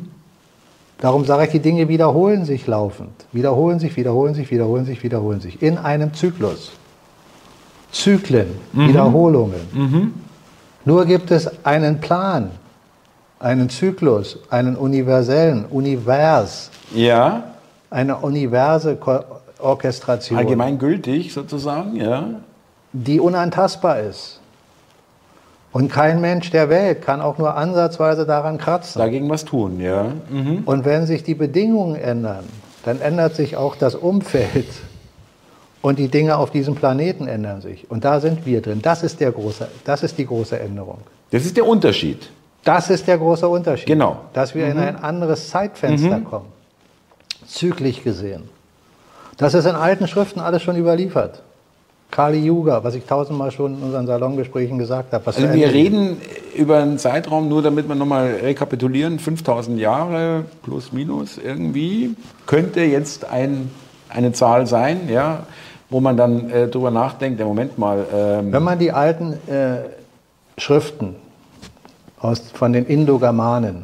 Speaker 2: Darum sage ich, die Dinge wiederholen sich laufend. Wiederholen sich, wiederholen sich, wiederholen sich, wiederholen sich. In einem Zyklus. Zyklen, Wiederholungen. Nur gibt es einen Plan, einen Zyklus, einen universellen, Univers.
Speaker 1: Ja.
Speaker 2: Eine universe Orchestration.
Speaker 1: Allgemeingültig sozusagen, ja.
Speaker 2: Die unantastbar ist. Und kein Mensch der Welt kann auch nur ansatzweise daran kratzen.
Speaker 1: Dagegen was tun, ja.
Speaker 2: Und wenn sich die Bedingungen ändern, dann ändert sich auch das Umfeld. Und die Dinge auf diesem Planeten ändern sich. Und da sind wir drin. Das ist die große Änderung.
Speaker 1: Das ist der Unterschied.
Speaker 2: Das ist der große Unterschied.
Speaker 1: Genau.
Speaker 2: Dass wir in ein anderes Zeitfenster kommen. Zyklisch gesehen. Das ist in alten Schriften alles schon überliefert. Kali Yuga, was ich 1000-mal schon in unseren Salongesprächen gesagt habe.
Speaker 1: Also wir reden über einen Zeitraum, nur damit wir nochmal rekapitulieren, 5000 Jahre plus minus irgendwie, könnte jetzt eine Zahl sein, ja, wo man dann drüber nachdenkt, ja, Moment mal.
Speaker 2: Wenn man die alten Schriften von den Indogermanen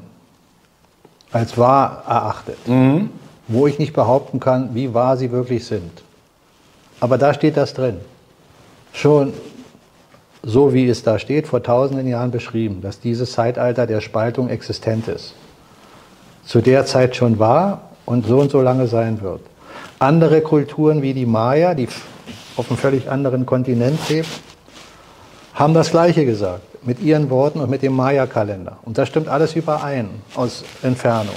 Speaker 2: als wahr erachtet, wo ich nicht behaupten kann, wie wahr sie wirklich sind. Aber da steht das drin. Schon so, wie es da steht, vor tausenden Jahren beschrieben, dass dieses Zeitalter der Spaltung existent ist. Zu der Zeit schon war und so lange sein wird. Andere Kulturen wie die Maya, die auf einem völlig anderen Kontinent leben, haben das Gleiche gesagt, mit ihren Worten und mit dem Maya-Kalender. Und das stimmt alles überein, aus Entfernung.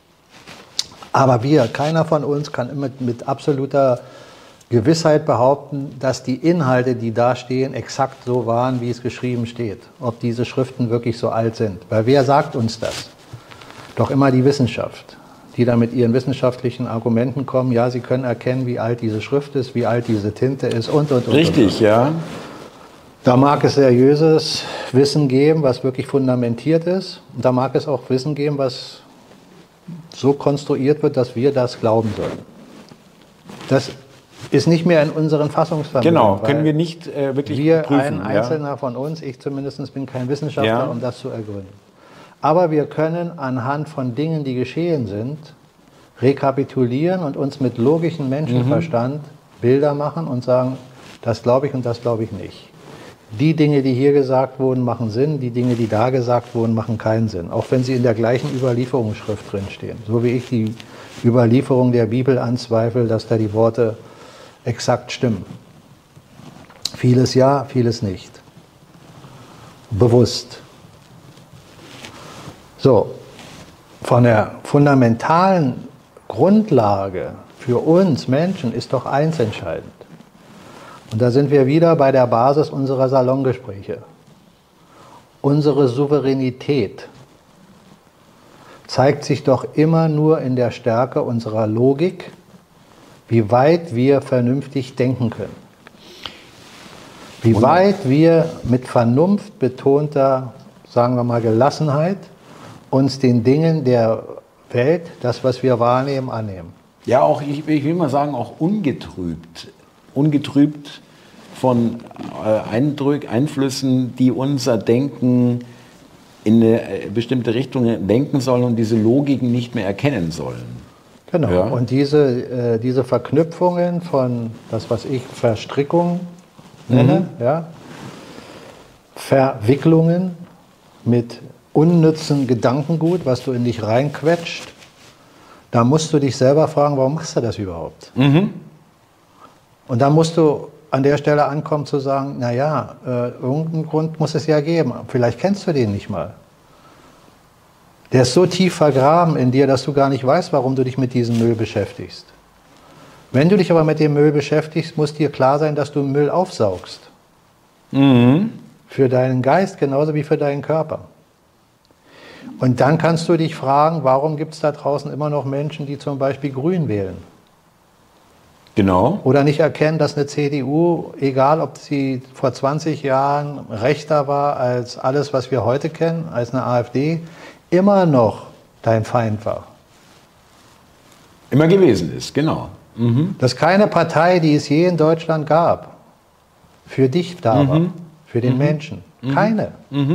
Speaker 2: Aber keiner von uns kann immer mit absoluter Gewissheit behaupten, dass die Inhalte, die da stehen, exakt so waren, wie es geschrieben steht. Ob diese Schriften wirklich so alt sind. Weil wer sagt uns das? Doch immer die Wissenschaft, die da mit ihren wissenschaftlichen Argumenten kommen. Ja, sie können erkennen, wie alt diese Schrift ist, wie alt diese Tinte ist und.
Speaker 1: Richtig, ja.
Speaker 2: Da mag es seriöses Wissen geben, was wirklich fundamentiert ist. Und da mag es auch Wissen geben, was so konstruiert wird, dass wir das glauben sollen. Das ist nicht mehr in unseren Fassungsvermögen.
Speaker 1: Genau, können wir nicht wirklich prüfen.
Speaker 2: Ein Einzelner von uns, ich zumindest bin kein Wissenschaftler,
Speaker 1: Ja.
Speaker 2: um das zu ergründen. Aber wir können anhand von Dingen, die geschehen sind, rekapitulieren und uns mit logischem Menschenverstand Bilder machen und sagen, das glaube ich und das glaube ich nicht. Die Dinge, die hier gesagt wurden, machen Sinn, die Dinge, die da gesagt wurden, machen keinen Sinn. Auch wenn sie in der gleichen Überlieferungsschrift drinstehen. So wie ich die Überlieferung der Bibel anzweifle, dass da die Worte exakt stimmen. Vieles ja, vieles nicht. Bewusst. So, von der fundamentalen Grundlage für uns Menschen ist doch eins entscheidend. Und da sind wir wieder bei der Basis unserer Salongespräche. Unsere Souveränität zeigt sich doch immer nur in der Stärke unserer Logik, wie weit wir vernünftig denken können. Wie weit wir mit Vernunft betonter, sagen wir mal, Gelassenheit uns den Dingen der Welt, das, was wir wahrnehmen, annehmen.
Speaker 1: Ja, auch, ich will mal sagen, auch ungetrübt. Ungetrübt von Einflüssen, die unser Denken in eine bestimmte Richtung lenken sollen und diese Logiken nicht mehr erkennen sollen.
Speaker 2: Genau,
Speaker 1: Ja.
Speaker 2: und diese Verknüpfungen von, das was ich Verstrickung nenne, ja, Verwicklungen mit unnützen Gedankengut, was du in dich reinquetscht, da musst du dich selber fragen, warum machst du das überhaupt? Und dann musst du an der Stelle ankommen zu sagen, naja, irgendeinen Grund muss es ja geben. Vielleicht kennst du den nicht mal. Der ist so tief vergraben in dir, dass du gar nicht weißt, warum du dich mit diesem Müll beschäftigst. Wenn du dich aber mit dem Müll beschäftigst, muss dir klar sein, dass du Müll aufsaugst. Für deinen Geist genauso wie für deinen Körper. Und dann kannst du dich fragen, warum gibt es da draußen immer noch Menschen, die zum Beispiel Grün wählen?
Speaker 1: Genau.
Speaker 2: Oder nicht erkennen, dass eine CDU, egal ob sie vor 20 Jahren rechter war als alles, was wir heute kennen, als eine AfD, immer noch dein Feind war.
Speaker 1: Immer gewesen ist, genau.
Speaker 2: Dass keine Partei, die es je in Deutschland gab, für dich da war, für den Menschen. Keine.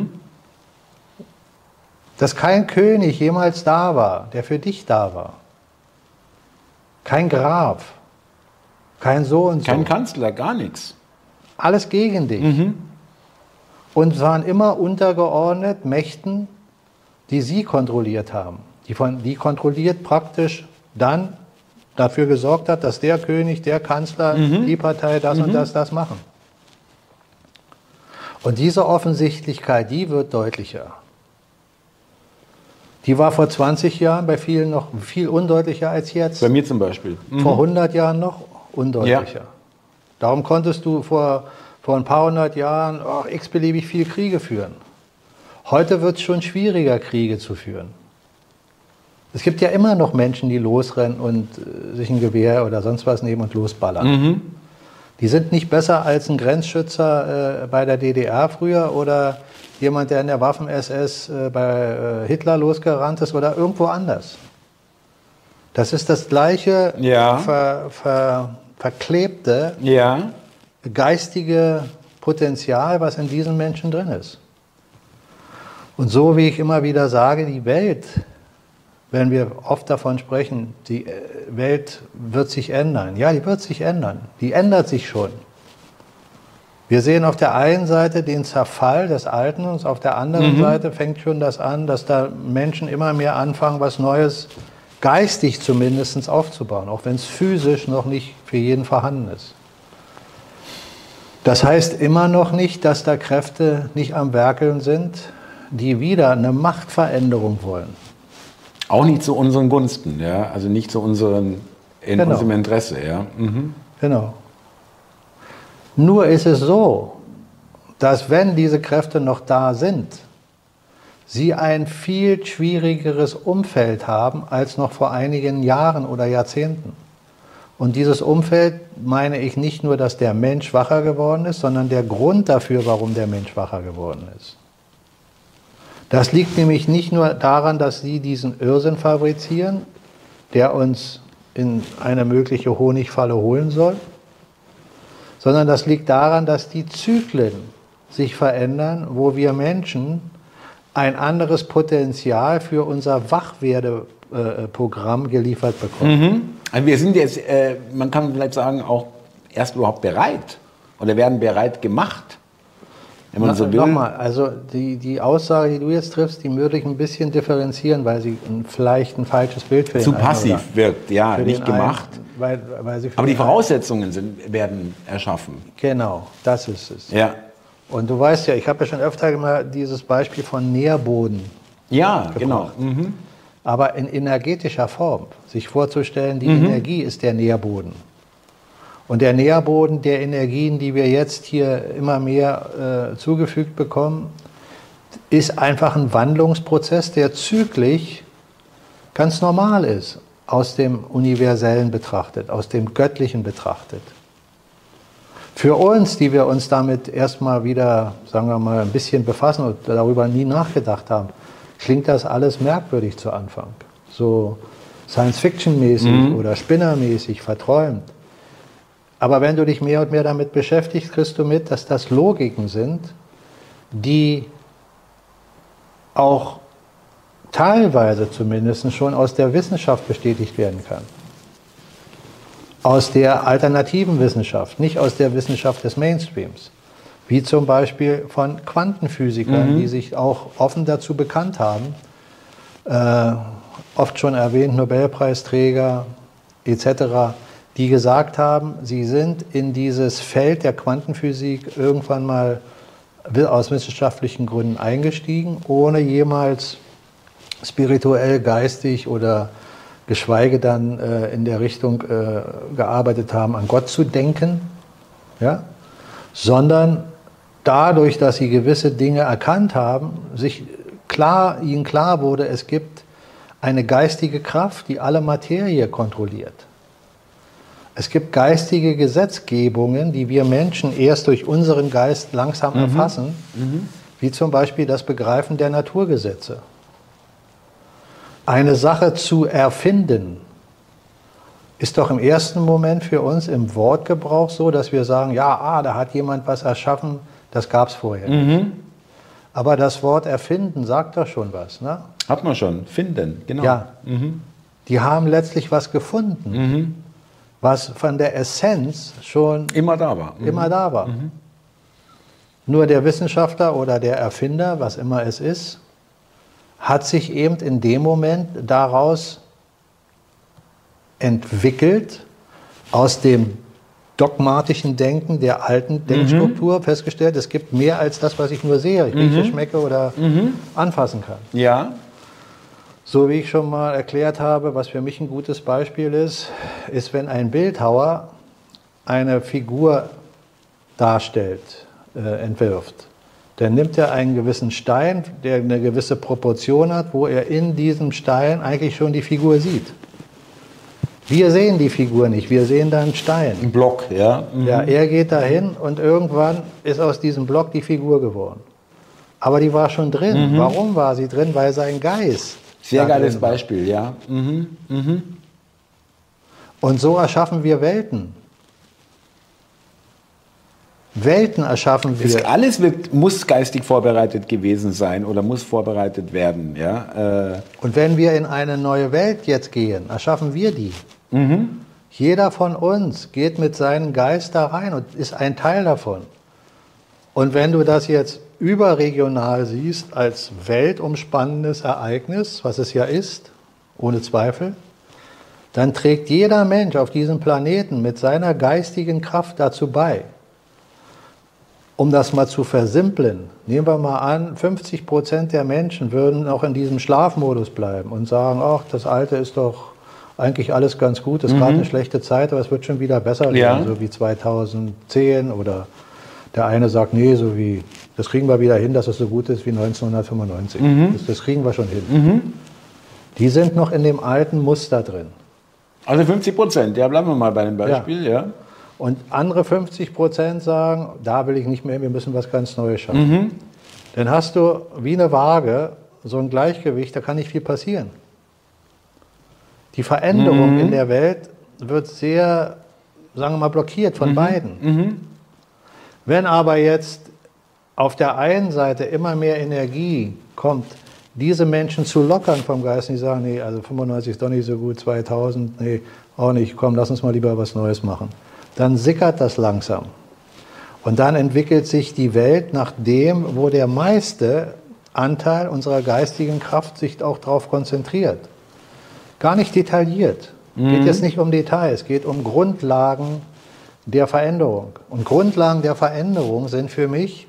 Speaker 2: Dass kein König jemals da war, der für dich da war. Kein Graf. Kein so und so.
Speaker 1: Kein Kanzler, gar nichts.
Speaker 2: Alles gegen dich. Und waren immer untergeordnet Mächten, die sie kontrolliert haben. Die kontrolliert praktisch dann dafür gesorgt hat, dass der König, der Kanzler, die Partei das und das machen. Und diese Offensichtlichkeit, die wird deutlicher. Die war vor 20 Jahren bei vielen noch viel undeutlicher als jetzt.
Speaker 1: Bei mir zum Beispiel.
Speaker 2: Vor 100 Jahren noch undeutlicher.
Speaker 1: Ja.
Speaker 2: Darum konntest du vor ein paar hundert Jahren x-beliebig viel Kriege führen. Heute wird es schon schwieriger, Kriege zu führen. Es gibt ja immer noch Menschen, die losrennen und sich ein Gewehr oder sonst was nehmen und losballern. Die sind nicht besser als ein Grenzschützer bei der DDR früher oder jemand, der in der Waffen-SS bei Hitler losgerannt ist oder irgendwo anders. Das ist das gleiche verklebte, geistige Potenzial, was in diesen Menschen drin ist. Und so wie ich immer wieder sage, die Welt, wenn wir oft davon sprechen, die Welt wird sich ändern. Ja, die wird sich ändern. Die ändert sich schon. Wir sehen auf der einen Seite den Zerfall des Alten und auf der anderen Seite fängt schon das an, dass da Menschen immer mehr anfangen, was Neues geistig zumindest aufzubauen, auch wenn es physisch noch nicht für jeden vorhanden ist. Das heißt immer noch nicht, dass da Kräfte nicht am Werkeln sind, die wieder eine Machtveränderung wollen.
Speaker 1: Auch nicht zu unseren Gunsten, ja, also nicht zu unserem Interesse, ja.
Speaker 2: Genau. Nur ist es so, dass wenn diese Kräfte noch da sind, sie ein viel schwierigeres Umfeld haben als noch vor einigen Jahren oder Jahrzehnten. Und dieses Umfeld meine ich nicht nur, dass der Mensch wacher geworden ist, sondern der Grund dafür, warum der Mensch wacher geworden ist. Das liegt nämlich nicht nur daran, dass sie diesen Irrsinn fabrizieren, der uns in eine mögliche Honigfalle holen soll, sondern das liegt daran, dass die Zyklen sich verändern, wo wir Menschen ein anderes Potenzial für unser Wachwerdeprogramm geliefert bekommen.
Speaker 1: Also wir sind jetzt, man kann vielleicht sagen, auch erst überhaupt bereit oder werden bereit gemacht, wenn man so will.
Speaker 2: Nochmal, also die Aussage, die du jetzt triffst, die würde ich ein bisschen differenzieren, weil sie vielleicht ein falsches Bild für den
Speaker 1: Zu passiv wirkt, ja, nicht gemacht.
Speaker 2: Weil
Speaker 1: aber die Voraussetzungen werden erschaffen.
Speaker 2: Genau, das ist es.
Speaker 1: Ja.
Speaker 2: Und du weißt ja, ich habe ja schon öfter mal dieses Beispiel von Nährboden
Speaker 1: gebracht.
Speaker 2: Genau. Aber in energetischer Form, sich vorzustellen, die Energie ist der Nährboden. Und der Nährboden der Energien, die wir jetzt hier immer mehr zugefügt bekommen, ist einfach ein Wandlungsprozess, der zyklisch ganz normal ist, aus dem Universellen betrachtet, aus dem Göttlichen betrachtet. Für uns, die wir uns damit erstmal wieder, sagen wir mal, ein bisschen befassen und darüber nie nachgedacht haben, klingt das alles merkwürdig zu Anfang. So Science-Fiction-mäßig oder Spinnermäßig, verträumt. Aber wenn du dich mehr und mehr damit beschäftigst, kriegst du mit, dass das Logiken sind, die auch teilweise zumindest schon aus der Wissenschaft bestätigt werden kann. Aus der alternativen Wissenschaft, nicht aus der Wissenschaft des Mainstreams. Wie zum Beispiel von Quantenphysikern, die sich auch offen dazu bekannt haben, oft schon erwähnt, Nobelpreisträger etc., die gesagt haben, sie sind in dieses Feld der Quantenphysik irgendwann mal aus wissenschaftlichen Gründen eingestiegen, ohne jemals spirituell, geistig oder geschweige dann in der Richtung gearbeitet haben, an Gott zu denken, ja? Sondern dadurch, dass sie gewisse Dinge erkannt haben, ihnen klar wurde, es gibt eine geistige Kraft, die alle Materie kontrolliert. Es gibt geistige Gesetzgebungen, die wir Menschen erst durch unseren Geist langsam erfassen, wie zum Beispiel das Begreifen der Naturgesetze. Eine Sache zu erfinden, ist doch im ersten Moment für uns im Wortgebrauch so, dass wir sagen, ja, da hat jemand was erschaffen, das gab es vorher nicht. Aber das Wort erfinden sagt doch schon was, ne?
Speaker 1: Hat man schon, finden, genau.
Speaker 2: Ja, die haben letztlich was gefunden, was von der Essenz schon
Speaker 1: immer da war.
Speaker 2: Immer da war. Nur der Wissenschaftler oder der Erfinder, was immer es ist, hat sich eben in dem Moment daraus entwickelt, aus dem dogmatischen Denken der alten Denkstruktur festgestellt, es gibt mehr als das, was ich nur sehe, rieche, schmecke oder anfassen kann.
Speaker 1: Ja.
Speaker 2: So wie ich schon mal erklärt habe, was für mich ein gutes Beispiel ist, wenn ein Bildhauer eine Figur darstellt, entwirft. Dann nimmt er einen gewissen Stein, der eine gewisse Proportion hat, wo er in diesem Stein eigentlich schon die Figur sieht. Wir sehen die Figur nicht, wir sehen da einen Stein.
Speaker 1: Ein Block, ja.
Speaker 2: Ja, er geht dahin und irgendwann ist aus diesem Block die Figur geworden. Aber die war schon drin. Warum war sie drin? Weil sein Geist.
Speaker 1: Sehr geiles Beispiel, ja.
Speaker 2: Und so erschaffen wir Welten. Welten erschaffen wir.
Speaker 1: Alles muss geistig vorbereitet gewesen sein oder muss vorbereitet werden. Ja?
Speaker 2: Und wenn wir in eine neue Welt jetzt gehen, erschaffen wir die. Jeder von uns geht mit seinem Geist da rein und ist ein Teil davon. Und wenn du das jetzt überregional siehst als weltumspannendes Ereignis, was es ja ist, ohne Zweifel, dann trägt jeder Mensch auf diesem Planeten mit seiner geistigen Kraft dazu bei. Um das mal zu versimpeln, nehmen wir mal an, 50% der Menschen würden auch in diesem Schlafmodus bleiben und sagen, ach, das Alte ist doch eigentlich alles ganz gut, ist gerade eine schlechte Zeit, aber es wird schon wieder besser werden, so wie 2010 oder der eine sagt, nee, das kriegen wir wieder hin, dass es so gut ist wie 1995. Das kriegen wir schon hin. Die sind noch in dem alten Muster drin.
Speaker 1: Also 50%, ja, bleiben wir mal bei dem Beispiel, ja.
Speaker 2: Und andere 50% sagen, da will ich nicht mehr, wir müssen was ganz Neues schaffen. Dann hast du wie eine Waage so ein Gleichgewicht, da kann nicht viel passieren. Die Veränderung in der Welt wird sehr, sagen wir mal, blockiert von beiden. Wenn aber jetzt auf der einen Seite immer mehr Energie kommt, diese Menschen zu lockern vom Geist, die sagen, nee, also 95 ist doch nicht so gut, 2000, nee, auch nicht, komm, lass uns mal lieber was Neues machen. Dann sickert das langsam. Und dann entwickelt sich die Welt nach dem, wo der meiste Anteil unserer geistigen Kraft sich auch darauf konzentriert. Gar nicht detailliert. Es geht jetzt nicht um Details, es geht um Grundlagen der Veränderung. Und Grundlagen der Veränderung sind für mich,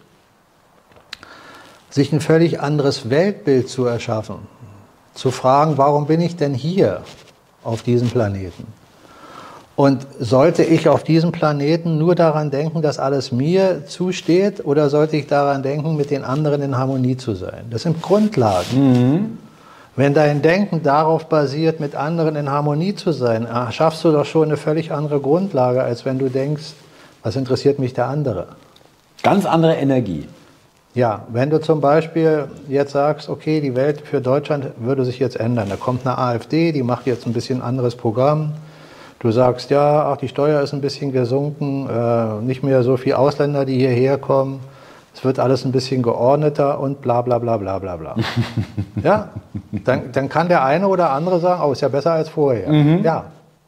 Speaker 2: sich ein völlig anderes Weltbild zu erschaffen. Zu fragen, warum bin ich denn hier auf diesem Planeten? Und sollte ich auf diesem Planeten nur daran denken, dass alles mir zusteht, oder sollte ich daran denken, mit den anderen in Harmonie zu sein? Das sind Grundlagen. Wenn dein Denken darauf basiert, mit anderen in Harmonie zu sein, schaffst du doch schon eine völlig andere Grundlage, als wenn du denkst, was interessiert mich der andere?
Speaker 1: Ganz andere Energie.
Speaker 2: Ja, wenn du zum Beispiel jetzt sagst, okay, die Welt für Deutschland würde sich jetzt ändern. Da kommt eine AfD, die macht jetzt ein bisschen anderes Programm. Du sagst, ja, ach, die Steuer ist ein bisschen gesunken, nicht mehr so viele Ausländer, die hierher kommen. Es wird alles ein bisschen geordneter und bla bla bla bla bla bla. Ja, dann kann der eine oder andere sagen, oh, ist ja besser als vorher. Ja.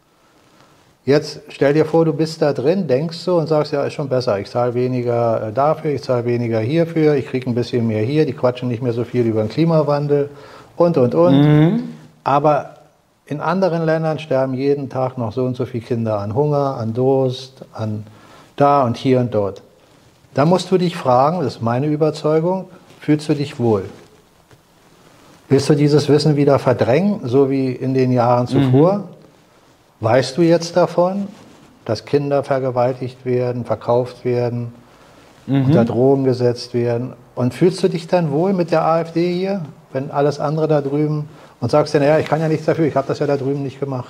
Speaker 2: Jetzt stell dir vor, du bist da drin, denkst so und sagst, ja, ist schon besser. Ich zahle weniger dafür, ich zahle weniger hierfür, ich kriege ein bisschen mehr hier, die quatschen nicht mehr so viel über den Klimawandel und. Aber in anderen Ländern sterben jeden Tag noch so und so viele Kinder an Hunger, an Durst, an da und hier und dort. Da musst du dich fragen, das ist meine Überzeugung, fühlst du dich wohl? Willst du dieses Wissen wieder verdrängen, so wie in den Jahren zuvor? Weißt du jetzt davon, dass Kinder vergewaltigt werden, verkauft werden, unter Drogen gesetzt werden? Und fühlst du dich dann wohl mit der AfD hier, wenn alles andere da drüben, und sagst dir, naja, ich kann ja nichts dafür, ich habe das ja da drüben nicht gemacht?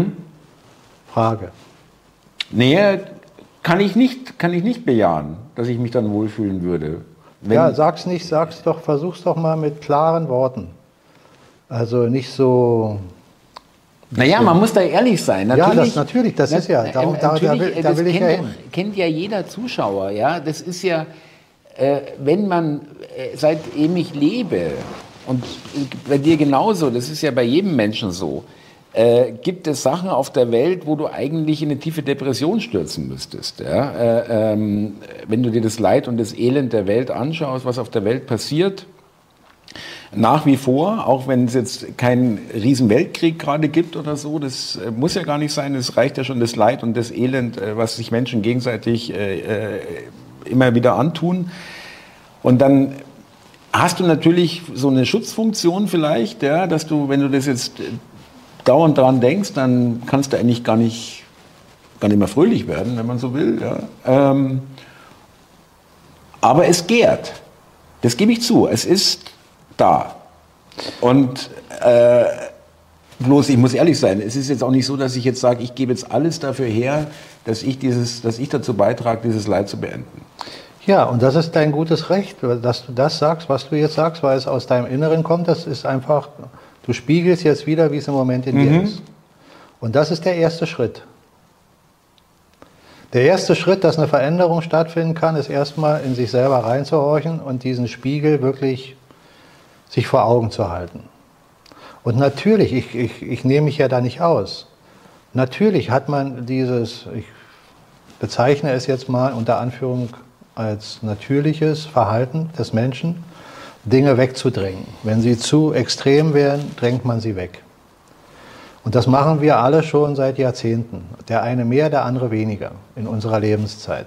Speaker 2: Frage.
Speaker 1: Nee, kann ich nicht bejahen, dass ich mich dann wohlfühlen würde.
Speaker 2: Ja, sag's nicht, versuch's doch mal mit klaren Worten. Also nicht so...
Speaker 1: Naja, man muss da ehrlich sein.
Speaker 2: Natürlich, ja, das ist ja, da will ich ja hin.
Speaker 1: Kennt ja jeder Zuschauer, ja. Das ist ja, wenn man, seitdem ich lebe, und bei dir genauso, das ist ja bei jedem Menschen so, gibt es Sachen auf der Welt, wo du eigentlich in eine tiefe Depression stürzen müsstest. Ja? Wenn du dir das Leid und das Elend der Welt anschaust, was auf der Welt passiert, nach wie vor, auch wenn es jetzt keinen riesen Weltkrieg gerade gibt oder so, das muss ja gar nicht sein, es reicht ja schon das Leid und das Elend, was sich Menschen gegenseitig immer wieder antun. Und dann hast du natürlich so eine Schutzfunktion vielleicht, ja, dass du, wenn du das jetzt dauernd daran denkst, dann kannst du eigentlich gar nicht mehr fröhlich werden, wenn man so will. Ja. Aber es gärt. Das gebe ich zu. Es ist da. Und bloß, ich muss ehrlich sein, es ist jetzt auch nicht so, dass ich jetzt sage, ich gebe jetzt alles dafür her, dass ich dazu beitrage, dieses Leid zu beenden.
Speaker 2: Ja, und das ist dein gutes Recht, dass du das sagst, was du jetzt sagst, weil es aus deinem Inneren kommt. Das ist einfach, du spiegelst jetzt wieder, wie es im Moment in dir ist. Und das ist der erste Schritt. Der erste Schritt, dass eine Veränderung stattfinden kann, ist erstmal in sich selber reinzuhorchen und diesen Spiegel wirklich sich vor Augen zu halten. Und natürlich, ich nehme mich ja da nicht aus. Natürlich hat man dieses, ich bezeichne es jetzt mal unter Anführung als natürliches Verhalten des Menschen, Dinge wegzudrängen. Wenn sie zu extrem werden, drängt man sie weg. Und das machen wir alle schon seit Jahrzehnten. Der eine mehr, der andere weniger in unserer Lebenszeit.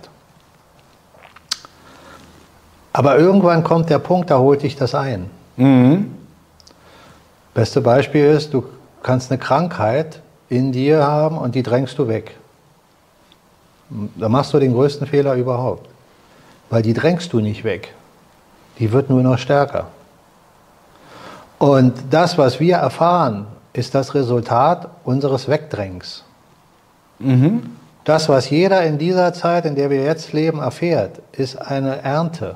Speaker 2: Aber irgendwann kommt der Punkt, da holt dich das ein. Beste Beispiel ist, du kannst eine Krankheit in dir haben und die drängst du weg. Da machst du den größten Fehler überhaupt. Weil die drängst du nicht weg. Die wird nur noch stärker. Und das, was wir erfahren, ist das Resultat unseres Wegdrängens. Das, was jeder in dieser Zeit, in der wir jetzt leben, erfährt, ist eine Ernte.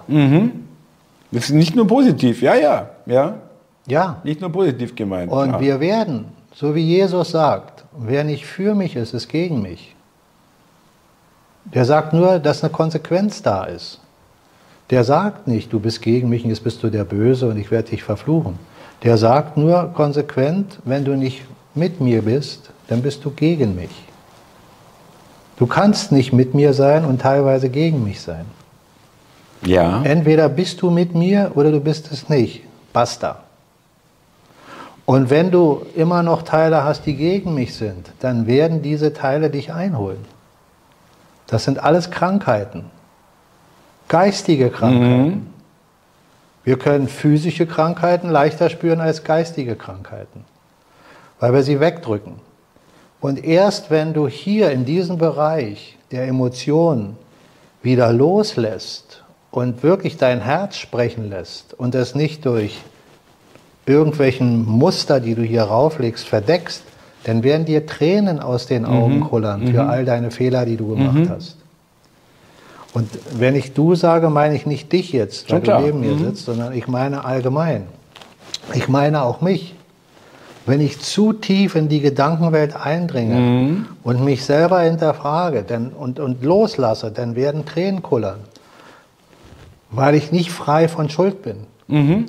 Speaker 1: Das ist nicht nur positiv, ja.
Speaker 2: Ja.
Speaker 1: Nicht nur positiv gemeint.
Speaker 2: Und wir werden So wie Jesus sagt, wer nicht für mich ist, ist gegen mich. Der sagt nur, dass eine Konsequenz da ist. Der sagt nicht, du bist gegen mich und jetzt bist du der Böse und ich werde dich verfluchen. Der sagt nur konsequent, wenn du nicht mit mir bist, dann bist du gegen mich. Du kannst nicht mit mir sein und teilweise gegen mich sein.
Speaker 1: Ja.
Speaker 2: Entweder bist du mit mir oder du bist es nicht. Basta. Und wenn du immer noch Teile hast, die gegen mich sind, dann werden diese Teile dich einholen. Das sind alles Krankheiten. Geistige Krankheiten. Wir können physische Krankheiten leichter spüren als geistige Krankheiten, weil wir sie wegdrücken. Und erst wenn du hier in diesem Bereich der Emotionen wieder loslässt und wirklich dein Herz sprechen lässt und es nicht durch irgendwelchen Muster, die du hier rauflegst, verdeckst, dann werden dir Tränen aus den Augen kullern für all deine Fehler, die du gemacht hast. Und wenn ich du sage, meine ich nicht dich jetzt, weil du neben mir sitzt, sondern ich meine allgemein. Ich meine auch mich. Wenn ich zu tief in die Gedankenwelt eindringe und mich selber hinterfrage und loslasse, dann werden Tränen kullern, weil ich nicht frei von Schuld bin.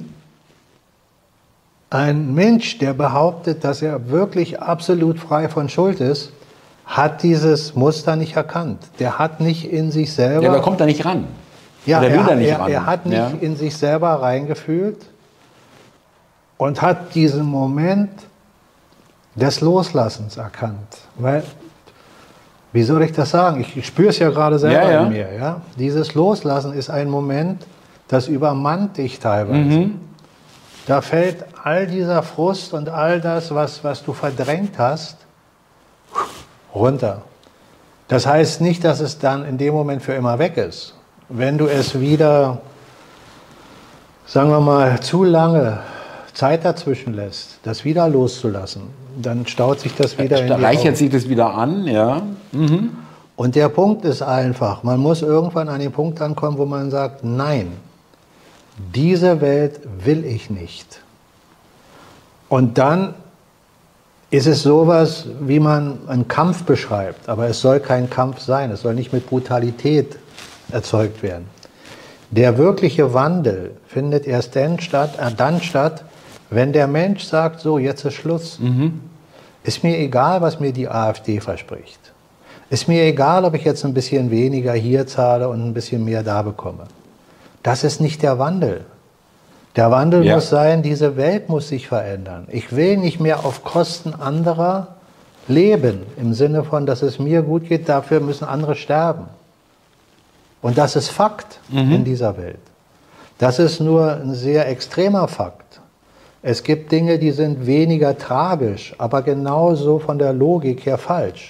Speaker 2: Ein Mensch, der behauptet, dass er wirklich absolut frei von Schuld ist, hat dieses Muster nicht erkannt. Der hat nicht in sich selber...
Speaker 1: Ja, da kommt er nicht ran.
Speaker 2: Ja,
Speaker 1: oder will er nicht ran.
Speaker 2: Er hat nicht in sich selber reingefühlt und hat diesen Moment des Loslassens erkannt. Weil, wie soll ich das sagen? Ich spüre es ja gerade selber in mir. Ja? Dieses Loslassen ist ein Moment, das übermannt dich teilweise. Da fällt all dieser Frust und all das, was du verdrängt hast, runter. Das heißt nicht, dass es dann in dem Moment für immer weg ist. Wenn du es wieder, sagen wir mal, zu lange Zeit dazwischen lässt, das wieder loszulassen, dann staut sich das wieder in die
Speaker 1: reichert sich das wieder an, ja.
Speaker 2: Und der Punkt ist einfach, man muss irgendwann an den Punkt ankommen, wo man sagt, nein, diese Welt will ich nicht. Und dann ist es sowas, wie man einen Kampf beschreibt, aber es soll kein Kampf sein, es soll nicht mit Brutalität erzeugt werden. Der wirkliche Wandel findet erst dann statt, wenn der Mensch sagt, so, jetzt ist Schluss. Ist mir egal, was mir die AfD verspricht. Ist mir egal, ob ich jetzt ein bisschen weniger hier zahle und ein bisschen mehr da bekomme. Das ist nicht der Wandel. Der Wandel muss sein, diese Welt muss sich verändern. Ich will nicht mehr auf Kosten anderer leben, im Sinne von, dass es mir gut geht, dafür müssen andere sterben. Und das ist Fakt in dieser Welt. Das ist nur ein sehr extremer Fakt. Es gibt Dinge, die sind weniger tragisch, aber genauso von der Logik her falsch.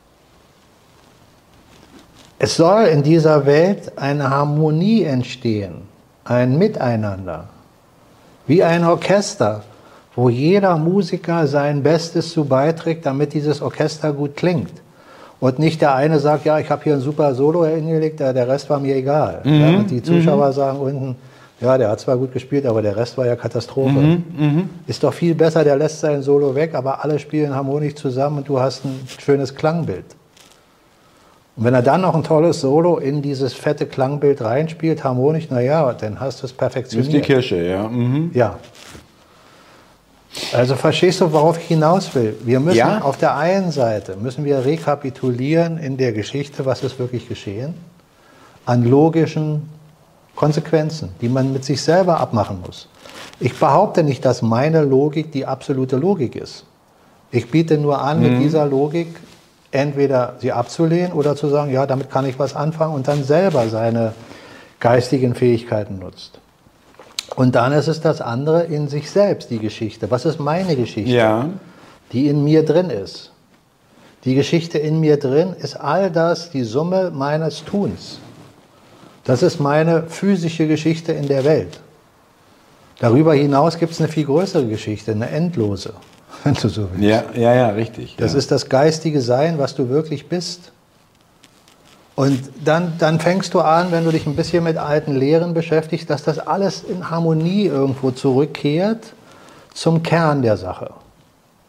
Speaker 2: Es soll in dieser Welt eine Harmonie entstehen, ein Miteinander. Wie ein Orchester, wo jeder Musiker sein Bestes zu beiträgt, damit dieses Orchester gut klingt. Und nicht der eine sagt, ja, ich habe hier ein super Solo hingelegt, der Rest war mir egal. Ja, und die Zuschauer sagen unten, ja, der hat zwar gut gespielt, aber der Rest war ja Katastrophe. Ist doch viel besser, der lässt sein Solo weg, aber alle spielen harmonisch zusammen und du hast ein schönes Klangbild. Und wenn er dann noch ein tolles Solo in dieses fette Klangbild reinspielt, harmonisch, naja, dann hast du es perfektioniert.
Speaker 1: Das ist die Kirsche, ja.
Speaker 2: Ja. Also verstehst du, worauf ich hinaus will? Wir müssen auf der einen Seite, müssen wir rekapitulieren in der Geschichte, was ist wirklich geschehen, an logischen Konsequenzen, die man mit sich selber abmachen muss. Ich behaupte nicht, dass meine Logik die absolute Logik ist. Ich biete nur an, mit dieser Logik entweder sie abzulehnen oder zu sagen, ja, damit kann ich was anfangen und dann selber seine geistigen Fähigkeiten nutzt. Und dann ist es das andere in sich selbst, die Geschichte. Was ist meine Geschichte, die in mir drin ist? Die Geschichte in mir drin ist all das, die Summe meines Tuns. Das ist meine physische Geschichte in der Welt. Darüber hinaus gibt es eine viel größere Geschichte, eine endlose, wenn du so willst.
Speaker 1: Ja, richtig.
Speaker 2: Das ist das geistige Sein, was du wirklich bist. Und dann fängst du an, wenn du dich ein bisschen mit alten Lehren beschäftigst, dass das alles in Harmonie irgendwo zurückkehrt zum Kern der Sache.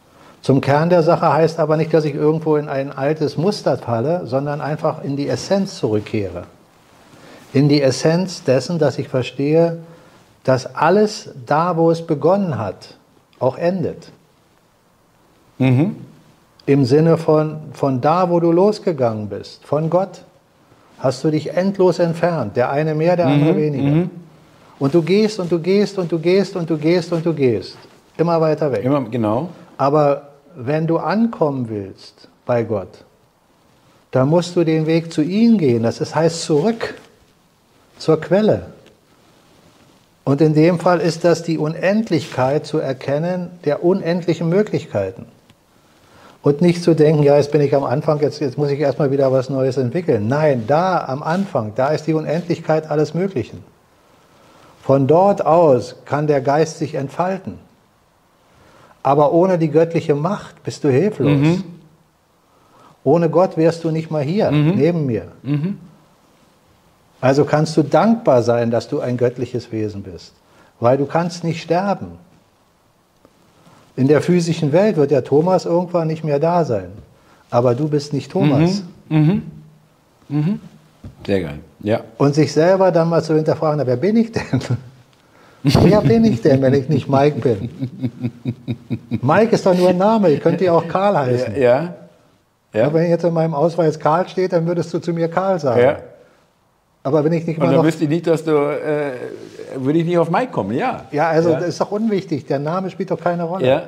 Speaker 2: Zum Kern der Sache heißt aber nicht, dass ich irgendwo in ein altes Muster falle, sondern einfach in die Essenz zurückkehre. In die Essenz dessen, dass ich verstehe, dass alles da, wo es begonnen hat, auch endet.
Speaker 1: Mhm.
Speaker 2: Im Sinne von da, wo du losgegangen bist, von Gott, hast du dich endlos entfernt. Der eine mehr, der andere weniger.
Speaker 1: Mhm.
Speaker 2: Und du gehst und du gehst und du gehst und du gehst und du gehst. Immer weiter weg.
Speaker 1: Immer, genau.
Speaker 2: Aber wenn du ankommen willst bei Gott, dann musst du den Weg zu ihm gehen. Das heißt zurück zur Quelle. Und in dem Fall ist das die Unendlichkeit zu erkennen der unendlichen Möglichkeiten. Und nicht zu denken, ja, jetzt bin ich am Anfang, jetzt muss ich erstmal wieder was Neues entwickeln. Nein, da am Anfang, da ist die Unendlichkeit alles Möglichen. Von dort aus kann der Geist sich entfalten. Aber ohne die göttliche Macht bist du hilflos. Mhm. Ohne Gott wärst du nicht mal hier, neben mir. Mhm. Also kannst du dankbar sein, dass du ein göttliches Wesen bist, weil du kannst nicht sterben. In der physischen Welt wird der Thomas irgendwann nicht mehr da sein, aber du bist nicht Thomas.
Speaker 1: Mhm. Mhm. Mhm. Sehr geil, ja.
Speaker 2: Und sich selber dann mal zu hinterfragen, na, wer bin ich denn? Wer bin ich denn, wenn ich nicht Mike bin? Mike ist doch nur ein Name, ich könnte ja auch Karl heißen.
Speaker 1: Ja. Ja.
Speaker 2: Aber wenn jetzt in meinem Ausweis Karl steht, dann würdest du zu mir Karl sagen. Ja. Aber wenn ich nicht mal
Speaker 1: und dann wüsste ich nicht, dass du, würde ich nicht auf Mike kommen, ja.
Speaker 2: Ja, also das ist doch unwichtig, der Name spielt doch keine Rolle.
Speaker 1: Ja.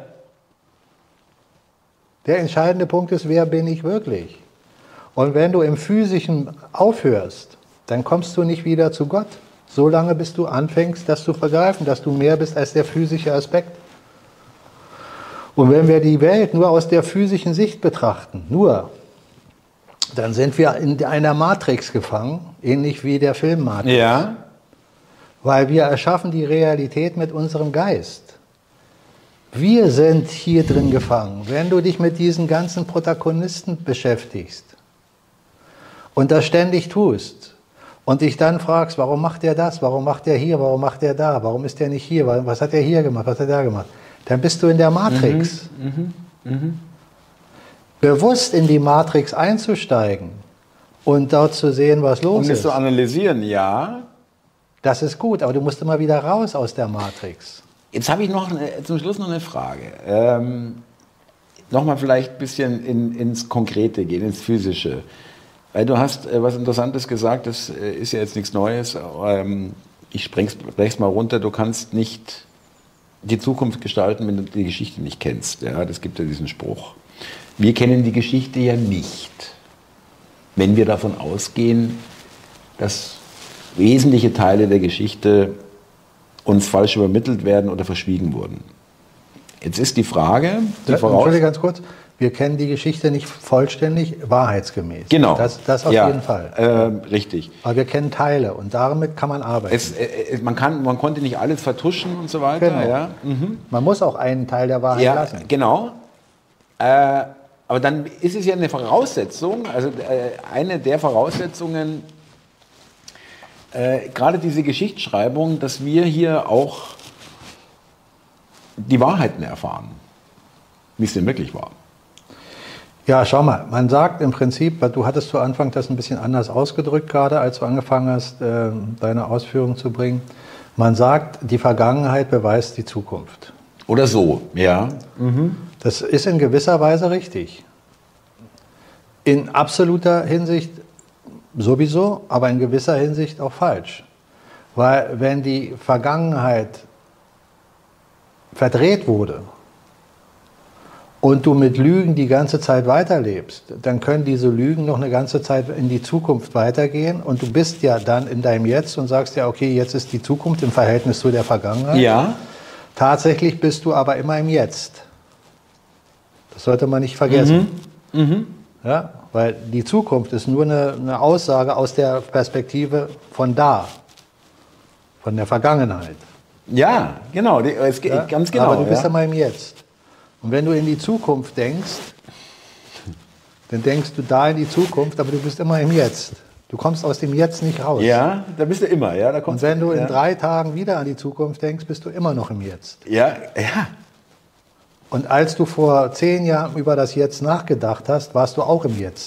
Speaker 2: Der entscheidende Punkt ist, wer bin ich wirklich? Und wenn du im Physischen aufhörst, dann kommst du nicht wieder zu Gott. Solange bis du anfängst, das zu vergreifen, dass du mehr bist als der physische Aspekt. Und wenn wir die Welt nur aus der physischen Sicht betrachten, dann sind wir in einer Matrix gefangen, ähnlich wie der Film Matrix.
Speaker 1: Ja.
Speaker 2: Weil wir erschaffen die Realität mit unserem Geist. Wir sind hier drin gefangen. Wenn du dich mit diesen ganzen Protagonisten beschäftigst und das ständig tust und dich dann fragst, warum macht er das, warum macht er hier, warum macht er da, warum ist er nicht hier, was hat er hier gemacht, was hat er da gemacht, dann bist du in der Matrix. Bewusst in die Matrix einzusteigen und dort zu sehen, was los ist.
Speaker 1: Um das zu analysieren, ja.
Speaker 2: Das ist gut, aber du musst immer wieder raus aus der Matrix.
Speaker 1: Jetzt habe ich zum Schluss noch eine Frage. Nochmal vielleicht ein bisschen ins Konkrete gehen, ins Physische. Weil du hast was Interessantes gesagt, das ist ja jetzt nichts Neues. Ich brech's mal runter, du kannst nicht die Zukunft gestalten, wenn du die Geschichte nicht kennst. Ja, das gibt ja diesen Spruch. Wir kennen die Geschichte ja nicht, wenn wir davon ausgehen, dass wesentliche Teile der Geschichte uns falsch übermittelt werden oder verschwiegen wurden. Jetzt ist die Frage...
Speaker 2: Entschuldige ganz kurz, wir kennen die Geschichte nicht vollständig, wahrheitsgemäß.
Speaker 1: Genau.
Speaker 2: Das auf jeden Fall.
Speaker 1: Richtig.
Speaker 2: Aber wir kennen Teile und damit kann man arbeiten.
Speaker 1: Man konnte nicht alles vertuschen und so weiter.
Speaker 2: Genau.
Speaker 1: Ja.
Speaker 2: Man muss auch einen Teil der Wahrheit lassen.
Speaker 1: Genau. Aber dann ist es ja eine Voraussetzung, also eine der Voraussetzungen, gerade diese Geschichtsschreibung, dass wir hier auch die Wahrheiten erfahren, wie es denn wirklich war.
Speaker 2: Ja, schau mal, man sagt im Prinzip, du hattest zu Anfang das ein bisschen anders ausgedrückt gerade, als du angefangen hast, deine Ausführungen zu bringen. Man sagt, die Vergangenheit beweist die Zukunft.
Speaker 1: Oder so, ja.
Speaker 2: Das ist in gewisser Weise richtig. In absoluter Hinsicht sowieso, aber in gewisser Hinsicht auch falsch. Weil wenn die Vergangenheit verdreht wurde und du mit Lügen die ganze Zeit weiterlebst, dann können diese Lügen noch eine ganze Zeit in die Zukunft weitergehen und du bist ja dann in deinem Jetzt und sagst ja, okay, jetzt ist die Zukunft im Verhältnis zu der Vergangenheit.
Speaker 1: Ja.
Speaker 2: Tatsächlich bist du aber immer im Jetzt. Das sollte man nicht vergessen. Ja, weil die Zukunft ist nur eine Aussage aus der Perspektive von da, von der Vergangenheit.
Speaker 1: Ja, genau, es geht ganz genau.
Speaker 2: Aber du bist immer im Jetzt. Und wenn du in die Zukunft denkst, dann denkst du da in die Zukunft, aber du bist immer im Jetzt. Du kommst aus dem Jetzt nicht raus.
Speaker 1: Ja, da bist du immer. Ja, da
Speaker 2: und wenn du in 3 Tagen wieder an die Zukunft denkst, bist du immer noch im Jetzt.
Speaker 1: Ja, ja.
Speaker 2: Und als du vor 10 Jahren über das Jetzt nachgedacht hast, warst du auch im Jetzt.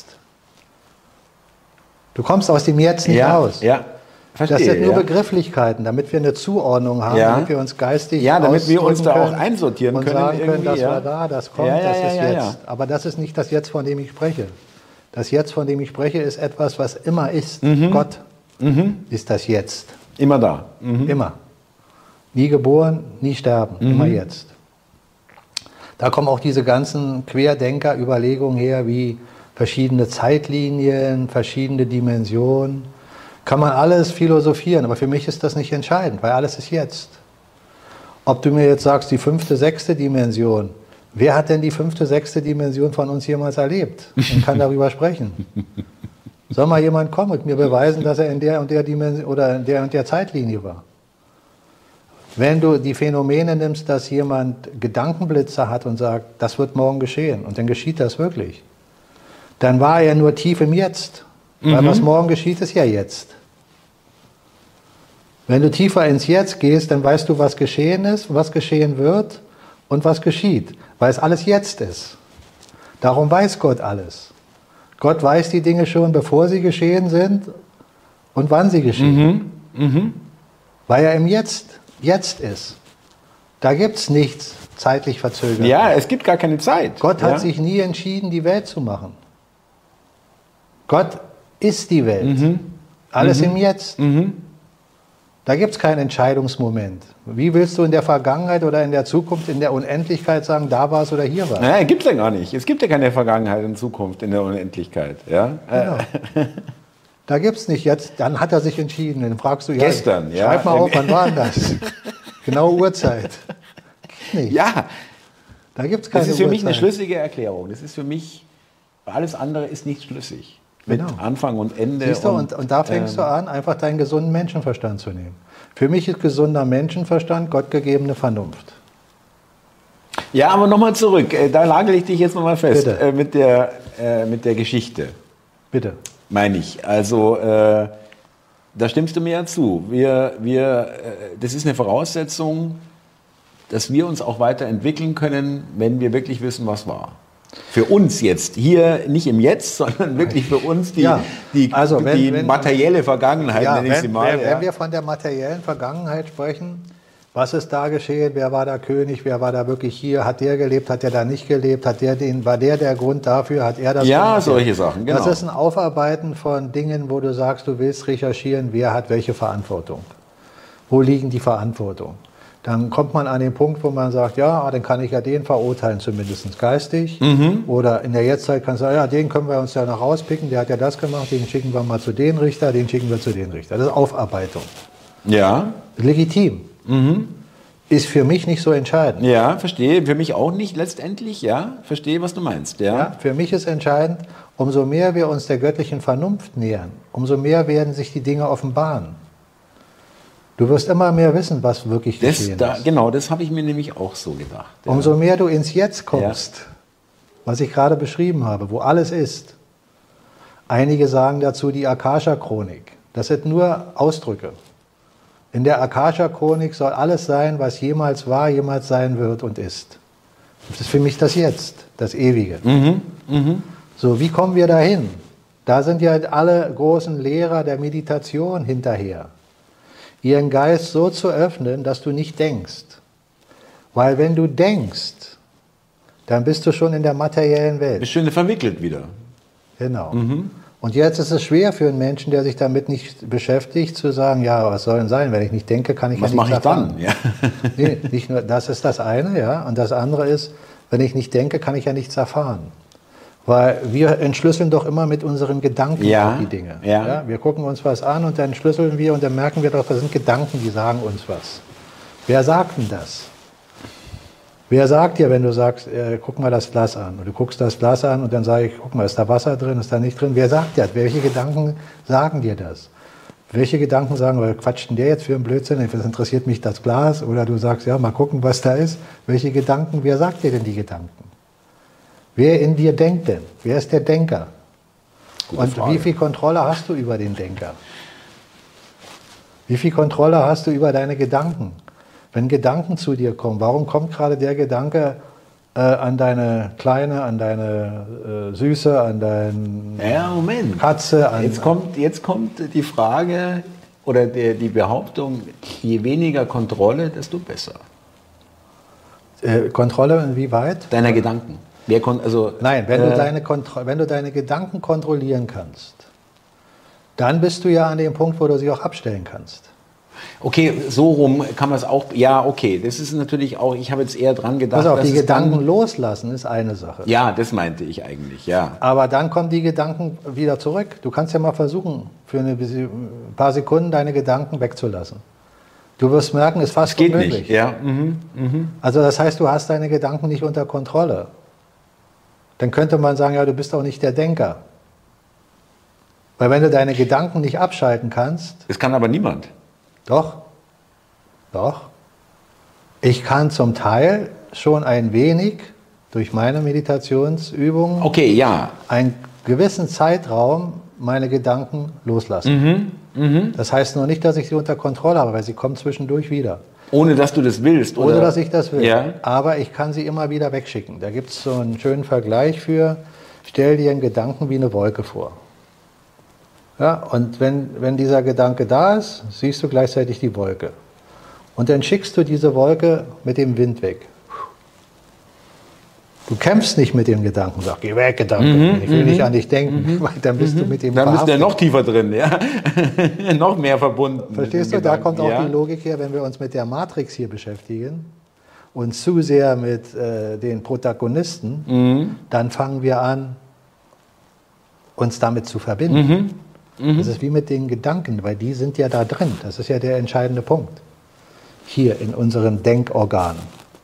Speaker 2: Du kommst aus dem Jetzt nicht raus.
Speaker 1: Ja, verstehe.
Speaker 2: Das sind nur Begrifflichkeiten, damit wir eine Zuordnung haben, damit wir uns geistig
Speaker 1: damit wir uns da
Speaker 2: können
Speaker 1: auch einsortieren
Speaker 2: und
Speaker 1: können.
Speaker 2: sagen können, das war da, das kommt, das ist jetzt.
Speaker 1: Ja.
Speaker 2: Aber das ist nicht das Jetzt, von dem ich spreche. Das Jetzt, von dem ich spreche, ist etwas, was immer ist. Gott ist das Jetzt.
Speaker 1: Immer da.
Speaker 2: Immer. Nie geboren, nie sterben, immer jetzt. Da kommen auch diese ganzen Querdenker-Überlegungen her, wie verschiedene Zeitlinien, verschiedene Dimensionen. Kann man alles philosophieren, aber für mich ist das nicht entscheidend, weil alles ist jetzt. Ob du mir jetzt sagst, die 5., 6. Dimension, wer hat denn die 5., 6. Dimension von uns jemals erlebt und kann darüber sprechen? Soll mal jemand kommen und mir beweisen, dass er in der und der Dimension oder in der und der Zeitlinie war? Wenn du die Phänomene nimmst, dass jemand Gedankenblitze hat und sagt, das wird morgen geschehen, und dann geschieht das wirklich, dann war er nur tief im Jetzt. Weil was morgen geschieht, ist ja jetzt. Wenn du tiefer ins Jetzt gehst, dann weißt du, was geschehen ist, was geschehen wird und was geschieht, weil es alles jetzt ist. Darum weiß Gott alles. Gott weiß die Dinge schon, bevor sie geschehen sind und wann sie geschehen. Weil er im Jetzt ist. Da gibt es nichts zeitlich verzögert.
Speaker 1: Ja, es gibt gar keine Zeit.
Speaker 2: Gott hat sich nie entschieden, die Welt zu machen. Gott ist die Welt. Alles im Jetzt. Da gibt es keinen Entscheidungsmoment. Wie willst du in der Vergangenheit oder in der Zukunft, in der Unendlichkeit sagen, da war es oder hier war es?
Speaker 1: Naja, gibt es ja gar nicht. Es gibt ja keine Vergangenheit und Zukunft in der Unendlichkeit. Ja?
Speaker 2: Genau. Da gibt es nicht jetzt, dann hat er sich entschieden. Dann fragst du,
Speaker 1: gestern,
Speaker 2: schreib mal auf, wann war denn das? Genaue Uhrzeit. Nicht.
Speaker 1: Ja,
Speaker 2: da gibt es keine
Speaker 1: das ist für mich eine
Speaker 2: Uhrzeit.
Speaker 1: schlüssige Erklärung. Das ist für mich, alles andere ist nicht schlüssig. Mit
Speaker 2: Genau.
Speaker 1: Anfang und Ende.
Speaker 2: Siehst du, und da fängst du an, einfach deinen gesunden Menschenverstand zu nehmen. Für mich ist gesunder Menschenverstand gottgegebene Vernunft.
Speaker 1: Ja, aber nochmal zurück. Da lagere ich dich jetzt nochmal fest.
Speaker 2: Bitte.
Speaker 1: Mit der Geschichte.
Speaker 2: Bitte.
Speaker 1: Meine ich. Also, da stimmst du mir ja zu. Das ist eine Voraussetzung, dass wir uns auch weiterentwickeln können, wenn wir wirklich wissen, was war. Für uns jetzt, hier nicht im Jetzt, sondern wirklich für uns die materielle Vergangenheit, nenne ich sie mal.
Speaker 2: Wenn wir von der materiellen Vergangenheit sprechen, was ist da geschehen, wer war da König, wer war da wirklich hier, hat der gelebt, hat der da nicht gelebt, war der Grund dafür, hat er das
Speaker 1: gemacht?
Speaker 2: gemacht?
Speaker 1: Solche Sachen, genau.
Speaker 2: Das ist ein Aufarbeiten von Dingen, wo du sagst, du willst recherchieren, wer hat welche Verantwortung. Wo liegen die Verantwortung? Dann kommt man an den Punkt, wo man sagt, ja, dann kann ich ja den verurteilen, zumindest geistig. Oder in der Jetztzeit kannst du sagen, ja, den können wir uns ja noch rauspicken, der hat ja das gemacht, den schicken wir mal zu den Richter, den schicken wir zu den Richter. Das ist Aufarbeitung.
Speaker 1: Ja.
Speaker 2: Legitim. Ist für mich nicht so entscheidend.
Speaker 1: Ja, verstehe. Für mich auch nicht letztendlich, ja. Verstehe, was du meinst. Ja.
Speaker 2: Für mich ist entscheidend, umso mehr wir uns der göttlichen Vernunft nähern, umso mehr werden sich die Dinge offenbaren. Du wirst immer mehr wissen, was wirklich geschehen ist.
Speaker 1: Genau, das habe ich mir nämlich auch so gedacht. Ja.
Speaker 2: Umso mehr du ins Jetzt kommst, was ich gerade beschrieben habe, wo alles ist. Einige sagen dazu die Akasha-Chronik. Das sind nur Ausdrücke. In der Akasha-Chronik soll alles sein, was jemals war, jemals sein wird und ist. Das ist für mich das Jetzt, das Ewige. So, wie kommen wir dahin? Da sind ja alle großen Lehrer der Meditation hinterher. Ihren Geist so zu öffnen, dass du nicht denkst. Weil wenn du denkst, dann bist du schon in der materiellen Welt.
Speaker 1: Bist schon verwickelt wieder.
Speaker 2: Genau. Und jetzt ist es schwer für einen Menschen, der sich damit nicht beschäftigt, zu sagen, ja, was soll denn sein? Wenn ich nicht denke, kann ich ja nichts erfahren.
Speaker 1: Was mache ich dann? Ja.
Speaker 2: Nee, nicht nur, das ist das eine, ja. Und das andere ist, wenn ich nicht denke, kann ich ja nichts erfahren. Weil wir entschlüsseln doch immer mit unseren Gedanken die Dinge. Ja. Wir gucken uns was an und dann entschlüsseln wir und dann merken wir doch, das sind Gedanken, die sagen uns was. Wer sagt denn das? Wer sagt dir, wenn du sagst, guck mal das Glas an, und du guckst das Glas an und dann sage ich, guck mal, ist da Wasser drin, ist da nicht drin? Wer sagt dir das? Welche Gedanken sagen dir das? Welche Gedanken sagen, was quatscht denn der jetzt für einen Blödsinn? Das interessiert mich das Glas. Oder du sagst, ja, mal gucken, was da ist. Welche Gedanken, wer sagt dir denn die Gedanken? Wer in dir denkt denn? Wer ist der Denker? Und wie viel Kontrolle hast du über den Denker? Wie viel Kontrolle hast du über deine Gedanken? Wenn Gedanken zu dir kommen, warum kommt gerade der Gedanke, an deine Kleine, an deine Süße, an deine
Speaker 1: Moment.
Speaker 2: Katze.
Speaker 1: Jetzt kommt die Frage oder die Behauptung, je weniger Kontrolle, desto besser.
Speaker 2: Kontrolle inwieweit?
Speaker 1: Deiner Gedanken.
Speaker 2: Nein, wenn du deine Gedanken kontrollieren kannst, dann bist du ja an dem Punkt, wo du sie auch abstellen kannst.
Speaker 1: Okay, so rum kann man es auch. Ja, okay, das ist natürlich auch. Ich habe jetzt eher dran gedacht.
Speaker 2: Also die Gedanken loslassen ist eine Sache.
Speaker 1: Ja, das meinte ich eigentlich, ja.
Speaker 2: Aber dann kommen die Gedanken wieder zurück. Du kannst ja mal versuchen, für ein paar Sekunden deine Gedanken wegzulassen. Du wirst merken, es ist fast unmöglich.
Speaker 1: Nicht, ja.
Speaker 2: Also das heißt, du hast deine Gedanken nicht unter Kontrolle. Dann könnte man sagen, ja, du bist auch nicht der Denker. Weil wenn du deine Gedanken nicht abschalten kannst...
Speaker 1: Das kann aber niemand.
Speaker 2: Doch. Ich kann zum Teil schon ein wenig durch meine Meditationsübungen einen gewissen Zeitraum meine Gedanken loslassen. Das heißt noch nicht, dass ich sie unter Kontrolle habe, weil sie kommen zwischendurch wieder.
Speaker 1: Ohne dass du das willst?
Speaker 2: Ohne dass ich das will.
Speaker 1: Ja.
Speaker 2: Aber ich kann sie immer wieder wegschicken. Da gibt es so einen schönen Vergleich für, stell dir einen Gedanken wie eine Wolke vor. Ja, und wenn dieser Gedanke da ist, siehst du gleichzeitig die Wolke. Und dann schickst du diese Wolke mit dem Wind weg. Du kämpfst nicht mit dem Gedanken, sag, geh weg, Gedanke, ich will nicht an dich denken, weil dann bist du mit dem
Speaker 1: Dann bist du ja noch tiefer drin, ja. Noch mehr verbunden.
Speaker 2: Verstehst du, da kommt auch die Logik her, wenn wir uns mit der Matrix hier beschäftigen und zu sehr mit den Protagonisten, dann fangen wir an, uns damit zu verbinden. Das ist wie mit den Gedanken, weil die sind ja da drin. Das ist ja der entscheidende Punkt. Hier in unseren Denkorganen.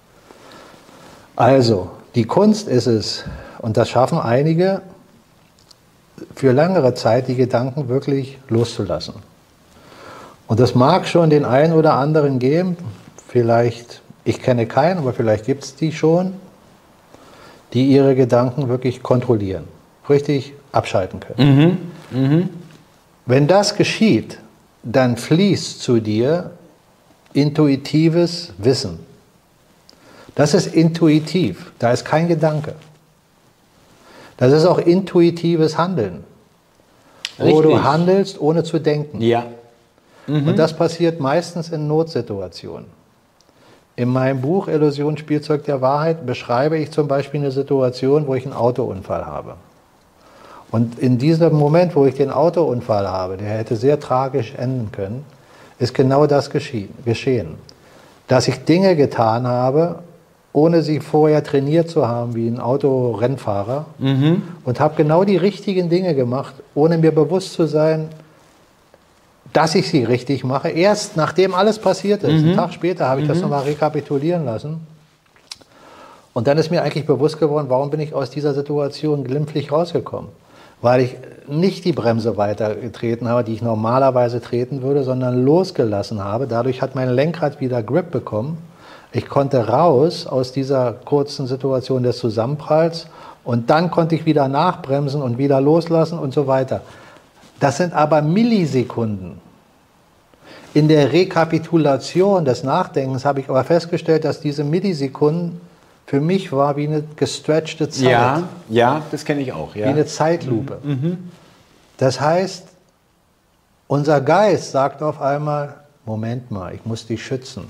Speaker 2: Also, die Kunst ist es, und das schaffen einige, für längere Zeit die Gedanken wirklich loszulassen. Und das mag schon den einen oder anderen geben, vielleicht, ich kenne keinen, aber vielleicht gibt es die schon, die ihre Gedanken wirklich kontrollieren, richtig abschalten können. Wenn das geschieht, dann fließt zu dir intuitives Wissen. Das ist intuitiv, da ist kein Gedanke. Das ist auch intuitives Handeln, wo du handelst, ohne zu denken.
Speaker 1: Ja.
Speaker 2: Und das passiert meistens in Notsituationen. In meinem Buch Illusion, Spielzeug der Wahrheit beschreibe ich zum Beispiel eine Situation, wo ich einen Autounfall habe. Und in diesem Moment, wo ich den Autounfall habe, der hätte sehr tragisch enden können, ist genau das geschehen. Dass ich Dinge getan habe, ohne sie vorher trainiert zu haben, wie ein Autorennfahrer, und habe genau die richtigen Dinge gemacht, ohne mir bewusst zu sein, dass ich sie richtig mache. Erst nachdem alles passiert ist, einen Tag später, habe ich das nochmal rekapitulieren lassen. Und dann ist mir eigentlich bewusst geworden, warum bin ich aus dieser Situation glimpflich rausgekommen. Weil ich nicht die Bremse weitergetreten habe, die ich normalerweise treten würde, sondern losgelassen habe. Dadurch hat mein Lenkrad wieder Grip bekommen. Ich konnte raus aus dieser kurzen Situation des Zusammenpralls und dann konnte ich wieder nachbremsen und wieder loslassen und so weiter. Das sind aber Millisekunden. In der Rekapitulation des Nachdenkens habe ich aber festgestellt, dass diese Millisekunden für mich war wie eine gestretchte Zeit.
Speaker 1: Ja, das kenne ich auch. Ja.
Speaker 2: Wie eine Zeitlupe. Das heißt, unser Geist sagt auf einmal, Moment mal, ich muss dich schützen.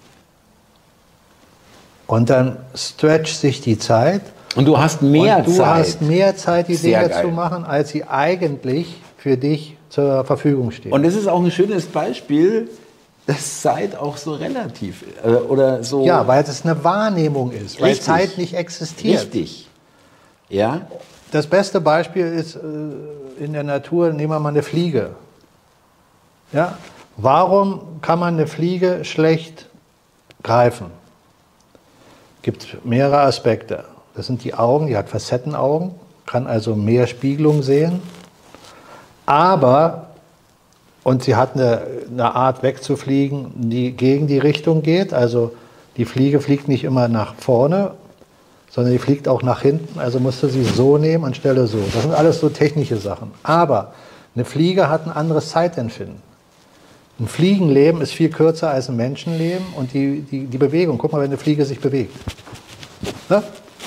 Speaker 2: Und dann stretcht sich die Zeit.
Speaker 1: Und du hast mehr Zeit.
Speaker 2: Du hast mehr Zeit, die Dinge zu machen, als sie eigentlich für dich zur Verfügung stehen.
Speaker 1: Und das ist auch ein schönes Beispiel, dass Zeit auch so relativ oder so.
Speaker 2: Ja, weil es eine Wahrnehmung ist, weil Zeit nicht existiert.
Speaker 1: Richtig. Ja.
Speaker 2: Das beste Beispiel ist in der Natur, nehmen wir mal eine Fliege. Ja? Warum kann man eine Fliege schlecht greifen? Es gibt mehrere Aspekte. Das sind die Augen, die hat Facettenaugen, kann also mehr Spiegelung sehen. Aber, und sie hat eine Art wegzufliegen, die gegen die Richtung geht. Also die Fliege fliegt nicht immer nach vorne, sondern die fliegt auch nach hinten. Also musst du sie so nehmen anstelle so. Das sind alles so technische Sachen. Aber eine Fliege hat ein anderes Zeitempfinden. Ein Fliegenleben ist viel kürzer als ein Menschenleben und die Bewegung. Guck mal, wenn eine Fliege sich bewegt. Ne?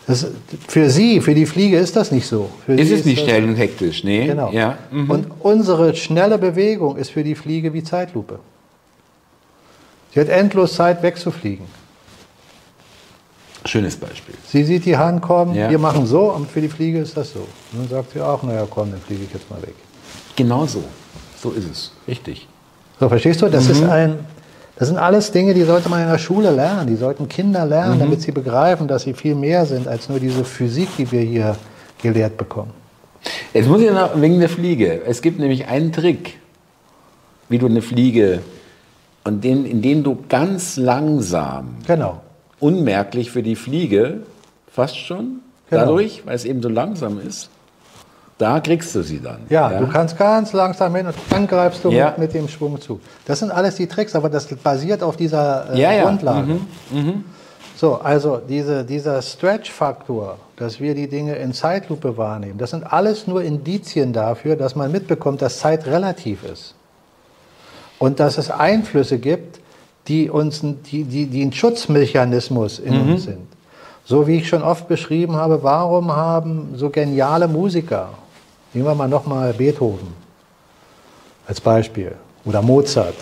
Speaker 2: Für Sie, für die Fliege ist das nicht so.
Speaker 1: Ist es nicht schnell und hektisch, nee.
Speaker 2: Genau.
Speaker 1: Ja.
Speaker 2: Und unsere schnelle Bewegung ist für die Fliege wie Zeitlupe. Sie hat endlos Zeit wegzufliegen.
Speaker 1: Schönes Beispiel.
Speaker 2: Sie sieht die Hand kommen,
Speaker 1: Ja.
Speaker 2: wir machen so und für die Fliege ist das so. Und dann sagt sie auch, naja komm, dann fliege ich jetzt mal weg.
Speaker 1: Genau so. So ist es. Richtig.
Speaker 2: So, verstehst du? Das sind alles Dinge, die sollte man in der Schule lernen. Die sollten Kinder lernen, damit sie begreifen, dass sie viel mehr sind als nur diese Physik, die wir hier gelehrt bekommen.
Speaker 1: Jetzt muss ich noch wegen der Fliege. Es gibt nämlich einen Trick, wie du eine Fliege, in den du ganz langsam,
Speaker 2: Genau.
Speaker 1: unmerklich für die Fliege, fast schon,
Speaker 2: Genau.
Speaker 1: dadurch, weil es eben so langsam ist, da kriegst du sie dann.
Speaker 2: Ja, du kannst ganz langsam hin und dann greifst du
Speaker 1: Ja.
Speaker 2: mit dem Schwung zu. Das sind alles die Tricks, aber das basiert auf dieser
Speaker 1: Ja.
Speaker 2: Grundlage. So, also dieser Stretch-Faktor, dass wir die Dinge in Zeitlupe wahrnehmen, das sind alles nur Indizien dafür, dass man mitbekommt, dass Zeit relativ ist. Und dass es Einflüsse gibt, die ein Schutzmechanismus in uns sind. So wie ich schon oft beschrieben habe, warum haben so geniale Musiker, nehmen wir mal nochmal Beethoven als Beispiel oder Mozart,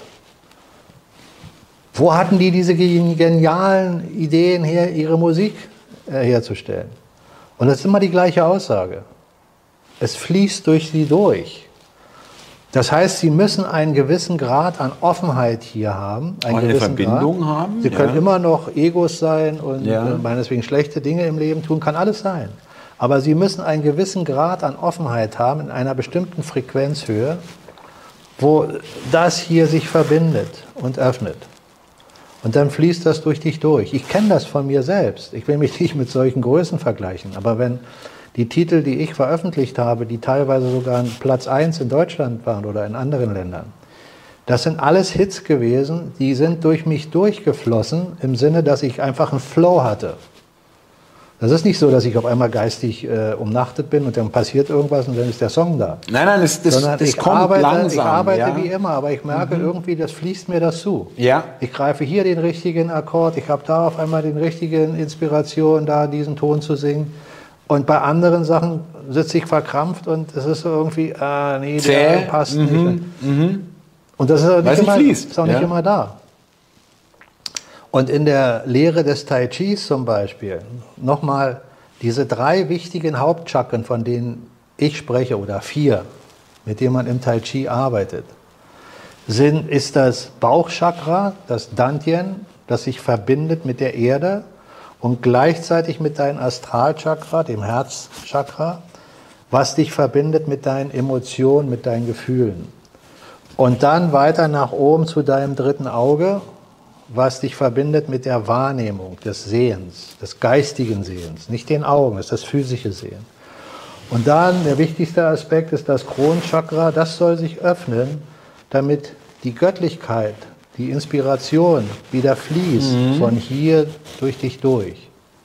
Speaker 2: wo hatten die diese genialen Ideen her, ihre Musik herzustellen? Und das ist immer die gleiche Aussage. Es fließt durch sie durch. Das heißt, sie müssen einen gewissen Grad an Offenheit hier haben.
Speaker 1: Eine Verbindung haben.
Speaker 2: Sie können immer noch Egos sein und
Speaker 1: Ja.
Speaker 2: meinetwegen schlechte Dinge im Leben tun, kann alles sein. Aber sie müssen einen gewissen Grad an Offenheit haben in einer bestimmten Frequenzhöhe, wo das hier sich verbindet und öffnet. Und dann fließt das durch dich durch. Ich kenne das von mir selbst. Ich will mich nicht mit solchen Größen vergleichen. Aber wenn die Titel, die ich veröffentlicht habe, die teilweise sogar Platz 1 in Deutschland waren oder in anderen Ländern, das sind alles Hits gewesen, die sind durch mich durchgeflossen, im Sinne, dass ich einfach einen Flow hatte. Das ist nicht so, dass ich auf einmal geistig umnachtet bin und dann passiert irgendwas und dann ist der Song da.
Speaker 1: Nein, das kommt langsam.
Speaker 2: Ich arbeite
Speaker 1: ja.
Speaker 2: wie immer, aber ich merke irgendwie, das fließt mir das zu.
Speaker 1: Ja.
Speaker 2: Ich greife hier den richtigen Akkord, ich habe da auf einmal den richtigen Inspiration, da diesen Ton zu singen. Und bei anderen Sachen sitze ich verkrampft und es ist so irgendwie, nee, der passt nicht. Und das ist auch nicht immer da. Und in der Lehre des Tai Chis zum Beispiel, nochmal diese 3 wichtigen Hauptchakren, von denen ich spreche, oder 4, mit denen man im Tai Chi arbeitet, ist das Bauchchakra, das Dantian, das sich verbindet mit der Erde und gleichzeitig mit deinem Astralchakra, dem Herzchakra, was dich verbindet mit deinen Emotionen, mit deinen Gefühlen. Und dann weiter nach oben zu deinem 3. Auge, was dich verbindet mit der Wahrnehmung, des Sehens, des geistigen Sehens, nicht den Augen, das ist das physische Sehen. Und dann der wichtigste Aspekt ist das Kronchakra, das soll sich öffnen, damit die Göttlichkeit, die Inspiration wieder fließt von hier durch dich durch.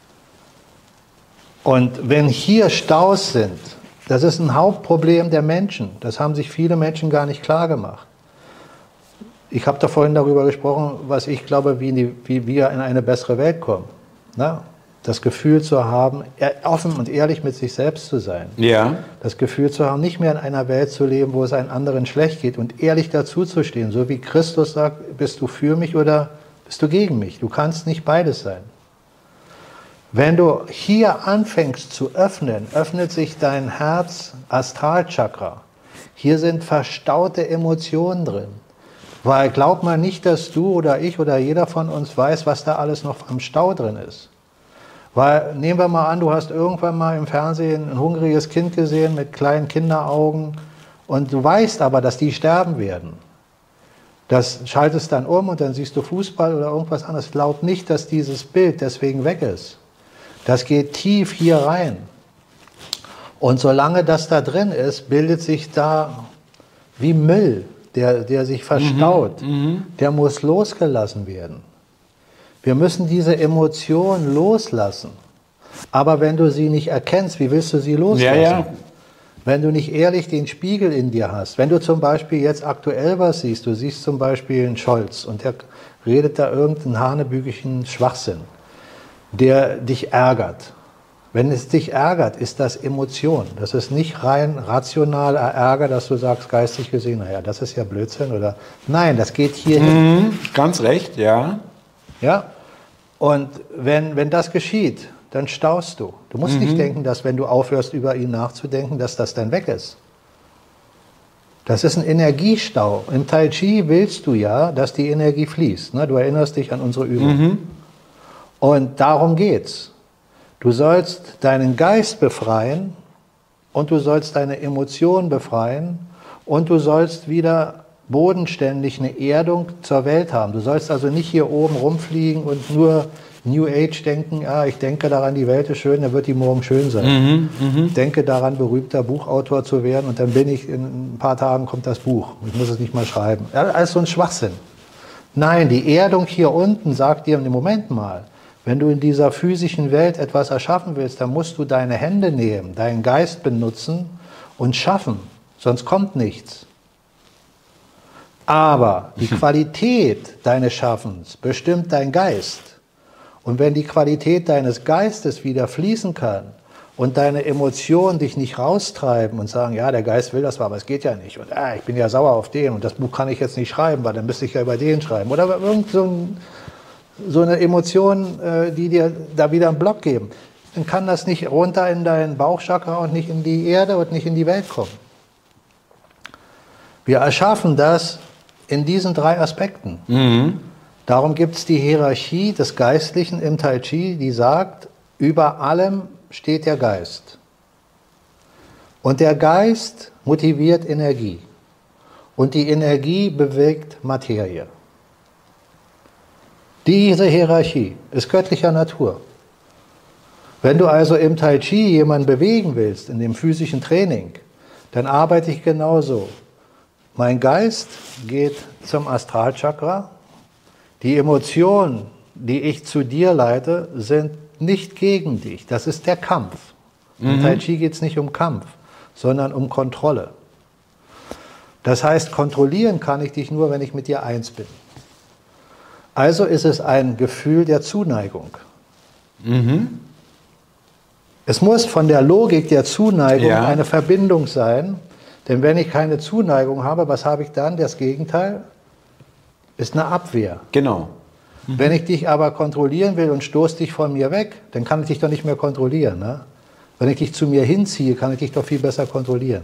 Speaker 2: Und wenn hier Staus sind, das ist ein Hauptproblem der Menschen, das haben sich viele Menschen gar nicht klar gemacht. Ich habe da vorhin darüber gesprochen, was ich glaube, wie wir in eine bessere Welt kommen. Na? Das Gefühl zu haben, offen und ehrlich mit sich selbst zu sein.
Speaker 1: Ja.
Speaker 2: Das Gefühl zu haben, nicht mehr in einer Welt zu leben, wo es einem anderen schlecht geht und ehrlich dazu zu stehen. So wie Christus sagt, bist du für mich oder bist du gegen mich? Du kannst nicht beides sein. Wenn du hier anfängst zu öffnen, öffnet sich dein Herz-Astralchakra. Hier sind verstaute Emotionen drin. Weil glaub mal nicht, dass du oder ich oder jeder von uns weiß, was da alles noch am Stau drin ist. Weil, nehmen wir mal an, du hast irgendwann mal im Fernsehen ein hungriges Kind gesehen mit kleinen Kinderaugen und du weißt aber, dass die sterben werden. Das schaltest dann um und dann siehst du Fußball oder irgendwas anderes. Glaub nicht, dass dieses Bild deswegen weg ist. Das geht tief hier rein. Und solange das da drin ist, bildet sich da wie Müll, der sich verstaut. Der muss losgelassen werden. Wir müssen diese Emotion loslassen. Aber wenn du sie nicht erkennst, wie willst du sie loslassen?
Speaker 1: Ja.
Speaker 2: Wenn du nicht ehrlich den Spiegel in dir hast. Wenn du zum Beispiel jetzt aktuell was siehst, du siehst zum Beispiel einen Scholz und der redet da irgendeinen hanebügigen Schwachsinn, der dich ärgert. Wenn es dich ärgert, ist das Emotion. Das ist nicht rein rationaler Ärger, dass du sagst, geistig gesehen, naja, das ist ja Blödsinn. Oder nein, das geht hier hin.
Speaker 1: Ganz recht, ja.
Speaker 2: Ja? Und wenn das geschieht, dann staust du. Du musst nicht denken, dass wenn du aufhörst, über ihn nachzudenken, dass das dann weg ist. Das ist ein Energiestau. Im Tai Chi willst du ja, dass die Energie fließt. Ne? Du erinnerst dich an unsere Übung. Und darum geht's. Du sollst deinen Geist befreien und du sollst deine Emotionen befreien und du sollst wieder bodenständig eine Erdung zur Welt haben. Du sollst also nicht hier oben rumfliegen und nur New Age denken, ich denke daran, die Welt ist schön, dann wird die morgen schön sein. Denke daran, berühmter Buchautor zu werden und dann bin ich, in ein paar Tagen kommt das Buch. Ich muss es nicht mal schreiben. Ja, alles so ein Schwachsinn. Nein, die Erdung hier unten sagt dir im Moment mal, wenn du in dieser physischen Welt etwas erschaffen willst, dann musst du deine Hände nehmen, deinen Geist benutzen und schaffen, sonst kommt nichts. Aber die Qualität deines Schaffens bestimmt dein Geist. Und wenn die Qualität deines Geistes wieder fließen kann und deine Emotionen dich nicht raustreiben und sagen, ja, der Geist will das, aber es geht ja nicht. Und ich bin ja sauer auf den und das Buch kann ich jetzt nicht schreiben, weil dann müsste ich ja über den schreiben. Oder irgend so eine Emotion, die dir da wieder einen Block geben. Dann kann das nicht runter in deinen Bauchchakra und nicht in die Erde und nicht in die Welt kommen. Wir erschaffen das in diesen 3 Aspekten. Darum gibt es die Hierarchie des Geistlichen im Tai Chi, die sagt, über allem steht der Geist. Und der Geist motiviert Energie. Und die Energie bewegt Materie. Diese Hierarchie ist göttlicher Natur. Wenn du also im Tai Chi jemanden bewegen willst, in dem physischen Training, dann arbeite ich genauso. Mein Geist geht zum Astralchakra. Die Emotionen, die ich zu dir leite, sind nicht gegen dich. Das ist der Kampf. Im Tai Chi geht es nicht um Kampf, sondern um Kontrolle. Das heißt, kontrollieren kann ich dich nur, wenn ich mit dir eins bin. Also ist es ein Gefühl der Zuneigung. Es muss von der Logik der Zuneigung eine Verbindung sein, denn wenn ich keine Zuneigung habe, was habe ich dann? Das Gegenteil ist eine Abwehr.
Speaker 1: Genau.
Speaker 2: Wenn ich dich aber kontrollieren will und stoße dich von mir weg, dann kann ich dich doch nicht mehr kontrollieren. Ne? Wenn ich dich zu mir hinziehe, kann ich dich doch viel besser kontrollieren.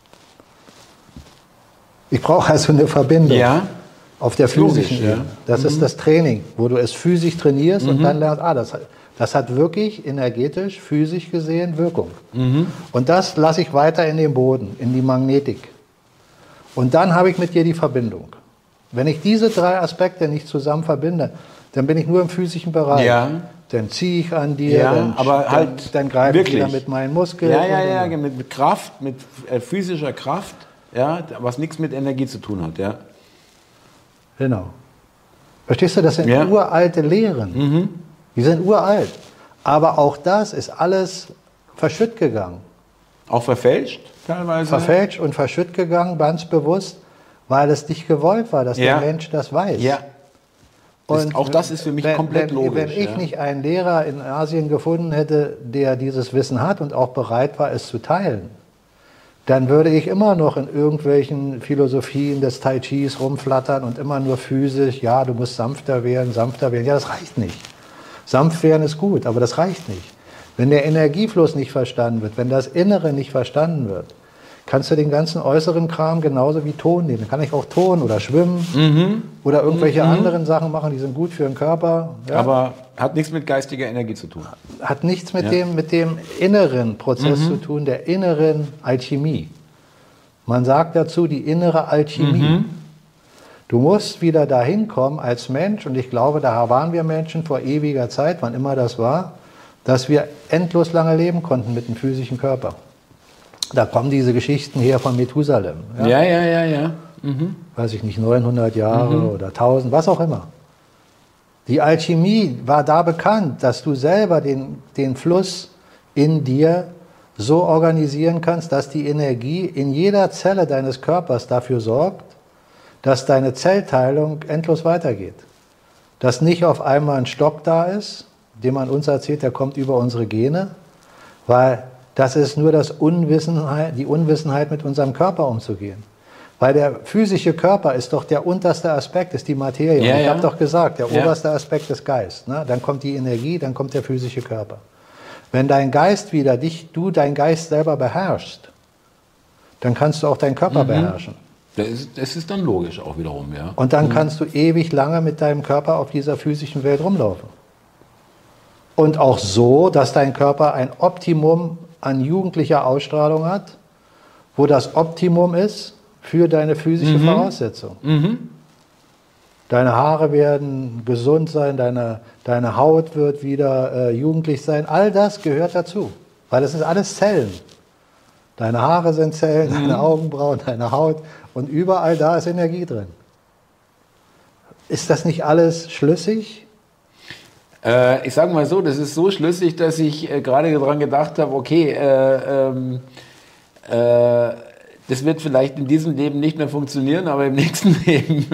Speaker 2: Ich brauche also eine Verbindung.
Speaker 1: Ja.
Speaker 2: Auf der physischen Ebene.
Speaker 1: Ja.
Speaker 2: Das ist das Training, wo du es physisch trainierst und dann lernst, das hat wirklich energetisch, physisch gesehen Wirkung. Und das lasse ich weiter in den Boden, in die Magnetik. Und dann habe ich mit dir die Verbindung. Wenn ich diese 3 Aspekte nicht zusammen verbinde, dann bin ich nur im physischen Bereich.
Speaker 1: Ja.
Speaker 2: Dann ziehe ich an dir, dann greife ich wieder mit meinen Muskeln.
Speaker 1: Ja, mit Kraft, mit physischer Kraft, ja, was nichts mit Energie zu tun hat. Ja.
Speaker 2: Genau. Verstehst du, das sind uralte Lehren. Die sind uralt. Aber auch das ist alles verschütt gegangen.
Speaker 1: Auch verfälscht teilweise?
Speaker 2: Verfälscht und verschütt gegangen, ganz bewusst, weil es nicht gewollt war, dass der Mensch das weiß.
Speaker 1: Ja.
Speaker 2: Und
Speaker 1: auch das ist für mich komplett logisch.
Speaker 2: Wenn ich nicht einen Lehrer in Asien gefunden hätte, der dieses Wissen hat und auch bereit war, es zu teilen, dann würde ich immer noch in irgendwelchen Philosophien des Tai Chis rumflattern und immer nur physisch, ja, du musst sanfter werden. Ja, das reicht nicht. Sanft werden ist gut, aber das reicht nicht. Wenn der Energiefluss nicht verstanden wird, wenn das Innere nicht verstanden wird, kannst du den ganzen äußeren Kram genauso wie Ton nehmen. Dann kann ich auch Ton oder Schwimmen oder irgendwelche anderen Sachen machen, die sind gut für den Körper. Ja.
Speaker 1: Aber hat nichts mit geistiger Energie zu tun.
Speaker 2: Hat nichts mit dem inneren Prozess zu tun, der inneren Alchemie. Man sagt dazu die innere Alchemie. Du musst wieder dahin kommen als Mensch, und ich glaube, da waren wir Menschen vor ewiger Zeit, wann immer das war, dass wir endlos lange leben konnten mit dem physischen Körper. Da kommen diese Geschichten her von Methusalem.
Speaker 1: Ja.
Speaker 2: Weiß ich nicht, 900 Jahre oder 1000, was auch immer. Die Alchemie war da bekannt, dass du selber den Fluss in dir so organisieren kannst, dass die Energie in jeder Zelle deines Körpers dafür sorgt, dass deine Zellteilung endlos weitergeht. Dass nicht auf einmal ein Stock da ist, den man uns erzählt, der kommt über unsere Gene, Weil das ist nur die Unwissenheit, mit unserem Körper umzugehen. Weil der physische Körper ist doch der unterste Aspekt, ist die Materie.
Speaker 1: Ja,
Speaker 2: und ich
Speaker 1: ja.
Speaker 2: habe doch gesagt, der
Speaker 1: Ja.
Speaker 2: oberste Aspekt ist Geist. Ne? Dann kommt die Energie, dann kommt der physische Körper. Wenn dein Geist wieder du dein Geist selber beherrschst, dann kannst du auch deinen Körper beherrschen.
Speaker 1: Das ist dann logisch auch wiederum, ja.
Speaker 2: Und dann kannst du ewig lange mit deinem Körper auf dieser physischen Welt rumlaufen. Und auch so, dass dein Körper ein Optimum an jugendlicher Ausstrahlung hat, wo das Optimum ist für deine physische Voraussetzung. Deine Haare werden gesund sein, deine Haut wird wieder jugendlich sein. All das gehört dazu, weil das sind alles Zellen. Deine Haare sind Zellen, deine Augenbrauen, deine Haut und überall da ist Energie drin. Ist das nicht alles schlüssig?
Speaker 1: Ich sage mal so, das ist so schlüssig, dass ich gerade daran gedacht habe, okay, das wird vielleicht in diesem Leben nicht mehr funktionieren, aber im nächsten Leben.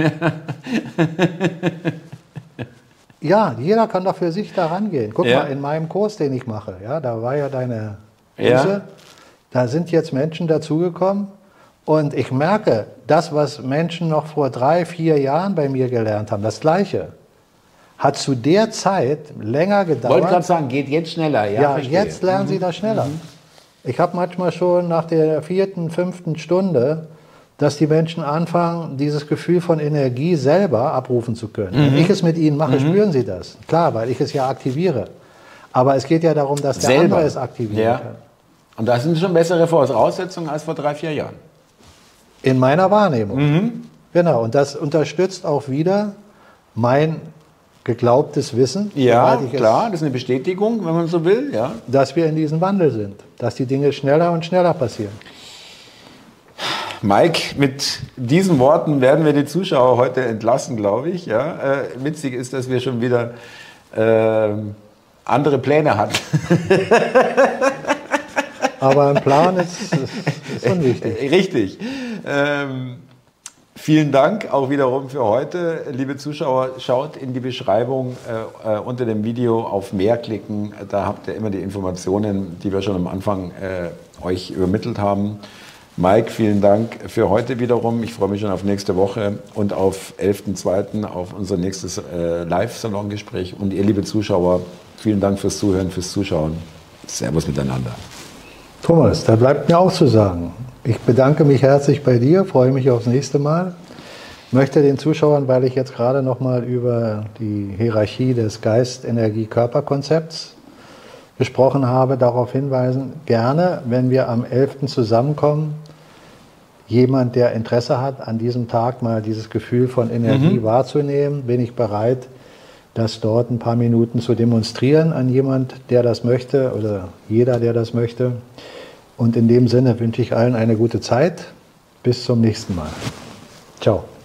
Speaker 2: Ja, jeder kann doch für sich da rangehen. Guck
Speaker 1: Ja.
Speaker 2: mal, in meinem Kurs, den ich mache, ja, da war ja deine
Speaker 1: Ja.
Speaker 2: Kurse, da sind jetzt Menschen dazugekommen und ich merke, das, was Menschen noch vor 3, 4 Jahren bei mir gelernt haben, das Gleiche, hat zu der Zeit länger
Speaker 1: Wollte
Speaker 2: gedauert.
Speaker 1: gerade sagen, geht jetzt schneller. Ja,
Speaker 2: Ja,
Speaker 1: verstehe.
Speaker 2: jetzt lernen sie das schneller. Ich habe manchmal schon nach der 4., 5. Stunde, dass die Menschen anfangen, dieses Gefühl von Energie selber abrufen zu können. Wenn ich es mit ihnen mache, spüren sie das. Klar, weil ich es ja aktiviere. Aber es geht ja darum, dass der
Speaker 1: Selber.
Speaker 2: andere es aktivieren
Speaker 1: Ja.
Speaker 2: kann.
Speaker 1: Und das sind schon bessere Voraussetzungen als vor 3, 4 Jahren.
Speaker 2: In meiner Wahrnehmung. Genau, und das unterstützt auch wieder mein geglaubtes Wissen,
Speaker 1: Ja,
Speaker 2: soweit ich
Speaker 1: klar, das ist eine Bestätigung, wenn man so will. Ja.
Speaker 2: dass wir in diesem Wandel sind, dass die Dinge schneller und schneller passieren.
Speaker 1: Mike, mit diesen Worten werden wir die Zuschauer heute entlassen, glaube ich. Ja. Witzig ist, dass wir schon wieder andere Pläne hatten.
Speaker 2: Aber ein Plan ist unwichtig.
Speaker 1: Richtig. Vielen Dank auch wiederum für heute. Liebe Zuschauer, schaut in die Beschreibung unter dem Video auf mehr klicken. Da habt ihr immer die Informationen, die wir schon am Anfang euch übermittelt haben. Mike, vielen Dank für heute wiederum. Ich freue mich schon auf nächste Woche und auf 11.02. auf unser nächstes Live-Salongespräch. Und ihr, liebe Zuschauer, vielen Dank fürs Zuhören, fürs Zuschauen. Servus miteinander.
Speaker 2: Thomas, da bleibt mir auch zu sagen, ich bedanke mich herzlich bei dir, freue mich aufs nächste Mal. Möchte den Zuschauern, weil ich jetzt gerade noch mal über die Hierarchie des Geist-Energie-Körper-Konzepts gesprochen habe, darauf hinweisen, gerne, wenn wir am 11. zusammenkommen, jemand, der Interesse hat, an diesem Tag mal dieses Gefühl von Energie wahrzunehmen, bin ich bereit, das dort ein paar Minuten zu demonstrieren an jemand, der das möchte oder jeder, der das möchte. Und in dem Sinne wünsche ich allen eine gute Zeit. Bis zum nächsten Mal. Ciao.